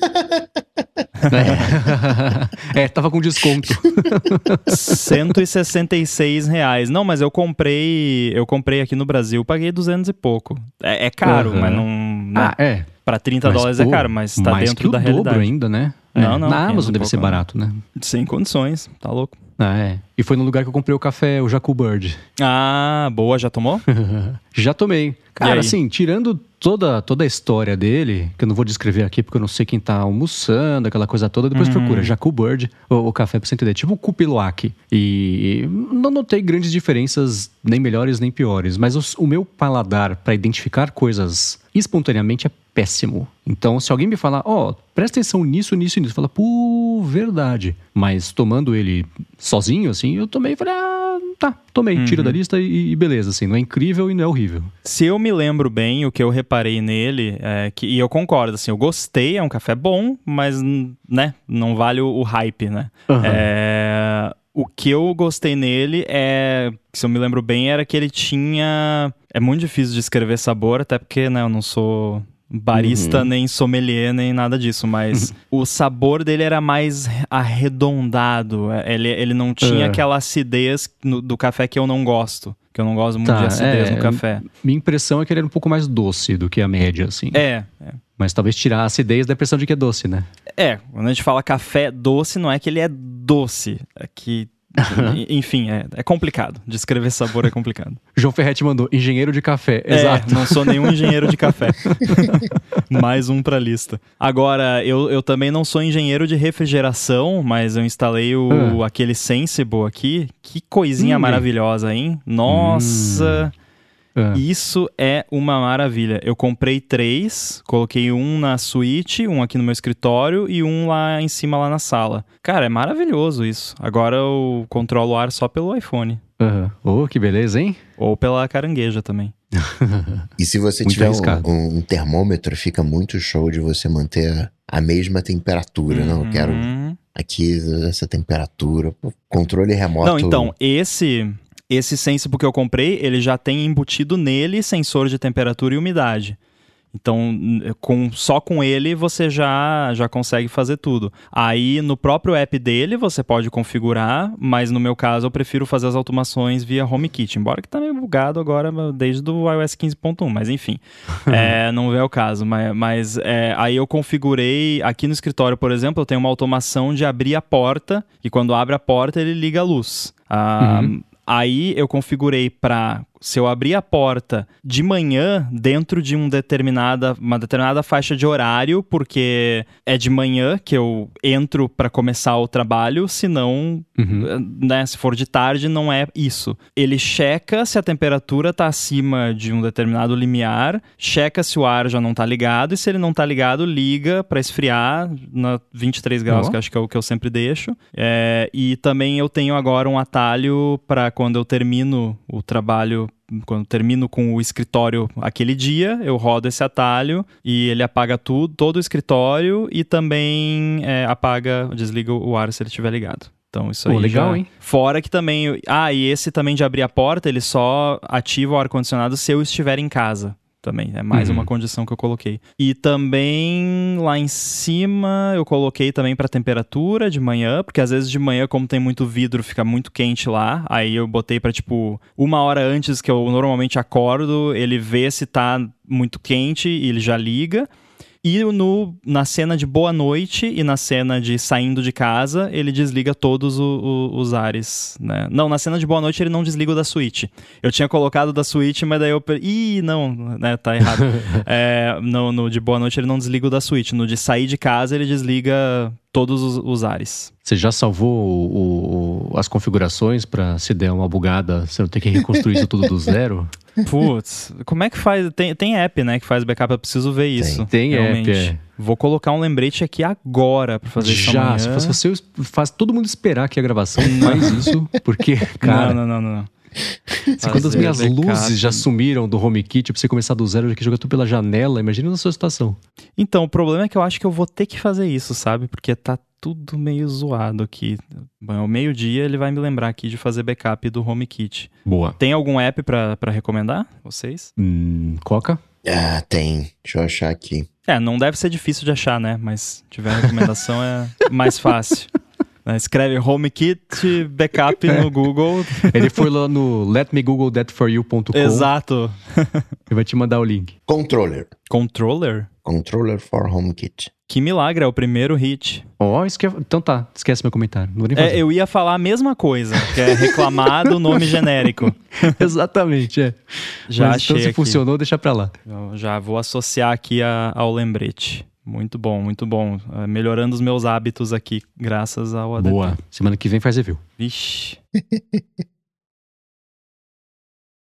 Tava com desconto. R$166. Não, mas eu comprei aqui no Brasil, paguei 200 e pouco. É caro, mas não... Pra $30 é caro, mas tá dentro da realidade. Dobro ainda, né? Não, na Amazon deve ser barato, né? Sem condições, tá louco. E foi no lugar que eu comprei o café, o Jacu Bird. Ah, boa, já tomou? Já tomei. Cara, assim, tirando toda a história dele, que eu não vou descrever aqui porque eu não sei quem tá almoço, aquela coisa toda, depois procura Jacu Bird, o café, pra você entender, tipo o Kupiloak. E não notei grandes diferenças, nem melhores nem piores, mas o meu paladar pra identificar coisas espontaneamente é péssimo. Então, se alguém me falar, presta atenção nisso, fala, verdade. Mas tomando ele sozinho, assim, eu tomei e falei, tomei, tira da lista e beleza, assim, não é incrível e não é horrível. Se eu me lembro bem, o que eu reparei nele, e eu concordo, assim, eu gostei, é um café bom, mas, né, não vale o hype, né? O que eu gostei nele se eu me lembro bem, era que ele tinha... É muito difícil de descrever sabor, até porque, né, eu não sou barista, nem sommelier, nem nada disso, mas o sabor dele era mais arredondado. Ele não tinha aquela acidez do café que eu não gosto. Que eu não gosto muito de acidez no café. Minha impressão é que ele era um pouco mais doce do que a média, assim. Mas talvez tirar a acidez da impressão de que é doce, né? Quando a gente fala café doce, não é que ele é doce, é que... Enfim, é complicado. Descrever sabor é complicado. João Ferretti mandou, engenheiro de café. Exato. Não sou nenhum engenheiro de café. Mais um pra lista. Agora, eu também não sou engenheiro de refrigeração, mas eu instalei aquele Sensible aqui. Que coisinha maravilhosa, hein? Nossa... Isso é uma maravilha. Eu comprei 3, coloquei um na suíte, um aqui no meu escritório e um lá em cima, lá na sala. Cara, é maravilhoso isso. Agora eu controlo o ar só pelo iPhone. Que beleza, hein? Ou pela carangueja também. E se você tiver um termômetro, fica muito show de você manter a mesma temperatura. Não, eu quero aqui essa temperatura. Controle remoto. Não, então, Esse Sensible que eu comprei, ele já tem embutido nele sensor de temperatura e umidade. Então, só com ele você já consegue fazer tudo. Aí, no próprio app dele, você pode configurar, mas no meu caso, eu prefiro fazer as automações via HomeKit, embora que tá meio bugado agora desde o iOS 15.1, mas enfim, não é o caso. Mas aí eu configurei, aqui no escritório, por exemplo, eu tenho uma automação de abrir a porta, e quando abre a porta, ele liga a luz. Aí eu configurei para, se eu abrir a porta de manhã, dentro de uma determinada faixa de horário, porque é de manhã que eu entro para começar o trabalho, senão, né, se for de tarde, não é isso. Ele checa se a temperatura está acima de um determinado limiar, checa se o ar já não está ligado, e se ele não está ligado, liga para esfriar na 23 graus, que acho que é o que eu sempre deixo. E também eu tenho agora um atalho para quando eu termino o trabalho, quando eu termino com o escritório aquele dia, eu rodo esse atalho e ele apaga todo o escritório e também desliga o ar se ele estiver ligado. Então isso aí legal, hein? Fora que também... e esse também de abrir a porta, ele só ativa o ar-condicionado se eu estiver em casa. Também, é mais uma condição que eu coloquei. E também, lá em cima, eu coloquei também para temperatura de manhã, porque às vezes de manhã, como tem muito vidro, fica muito quente lá. Aí eu botei para, tipo, 1 hora antes que eu normalmente acordo, ele vê se tá muito quente e ele já liga. E na cena de boa noite e na cena de saindo de casa, ele desliga todos os ares, né? Não, na cena de boa noite ele não desliga o da suíte. Eu tinha colocado da suíte, mas daí eu... não, né, tá errado. No de boa noite ele não desliga o da suíte. No de sair de casa ele desliga todos os ares. Você já salvou as configurações pra se der uma bugada, você não ter que reconstruir isso tudo do zero? Putz, como é que faz? Tem app, né, que faz backup, eu preciso ver isso. Tem app, Vou colocar um lembrete aqui agora pra fazer isso amanhã. Se fosse você, faz todo mundo esperar aqui a gravação, faz isso, porque, cara... Não. Quando as minhas luzes já sumiram do HomeKit, pra você começar do zero, eu já que jogar tudo pela janela, imagina na sua situação. Então, o problema é que eu acho que eu vou ter que fazer isso, sabe? Porque tá tudo meio zoado aqui. Bom, ao meio-dia ele vai me lembrar aqui de fazer backup do HomeKit. Boa. Tem algum app pra recomendar, vocês? Coca? Tem. Deixa eu achar aqui. Não deve ser difícil de achar, né? Mas se tiver recomendação é mais fácil. Escreve HomeKit Backup no Google. Ele foi lá no letmegooglethatforyou.com. Exato. E vai te mandar o link. Controller. Controller? Controller for HomeKit. Que milagre, é o primeiro hit. Então tá, esquece meu comentário. Não vou nem fazer. Eu ia falar a mesma coisa, que é reclamar do nome genérico. Exatamente, Já Mas, achei então se aqui. funcionou, deixa pra lá. Eu já vou associar aqui ao lembrete. Muito bom, muito bom. Melhorando os meus hábitos aqui, graças ao ADT. Boa. Semana que vem faz review. Vixe.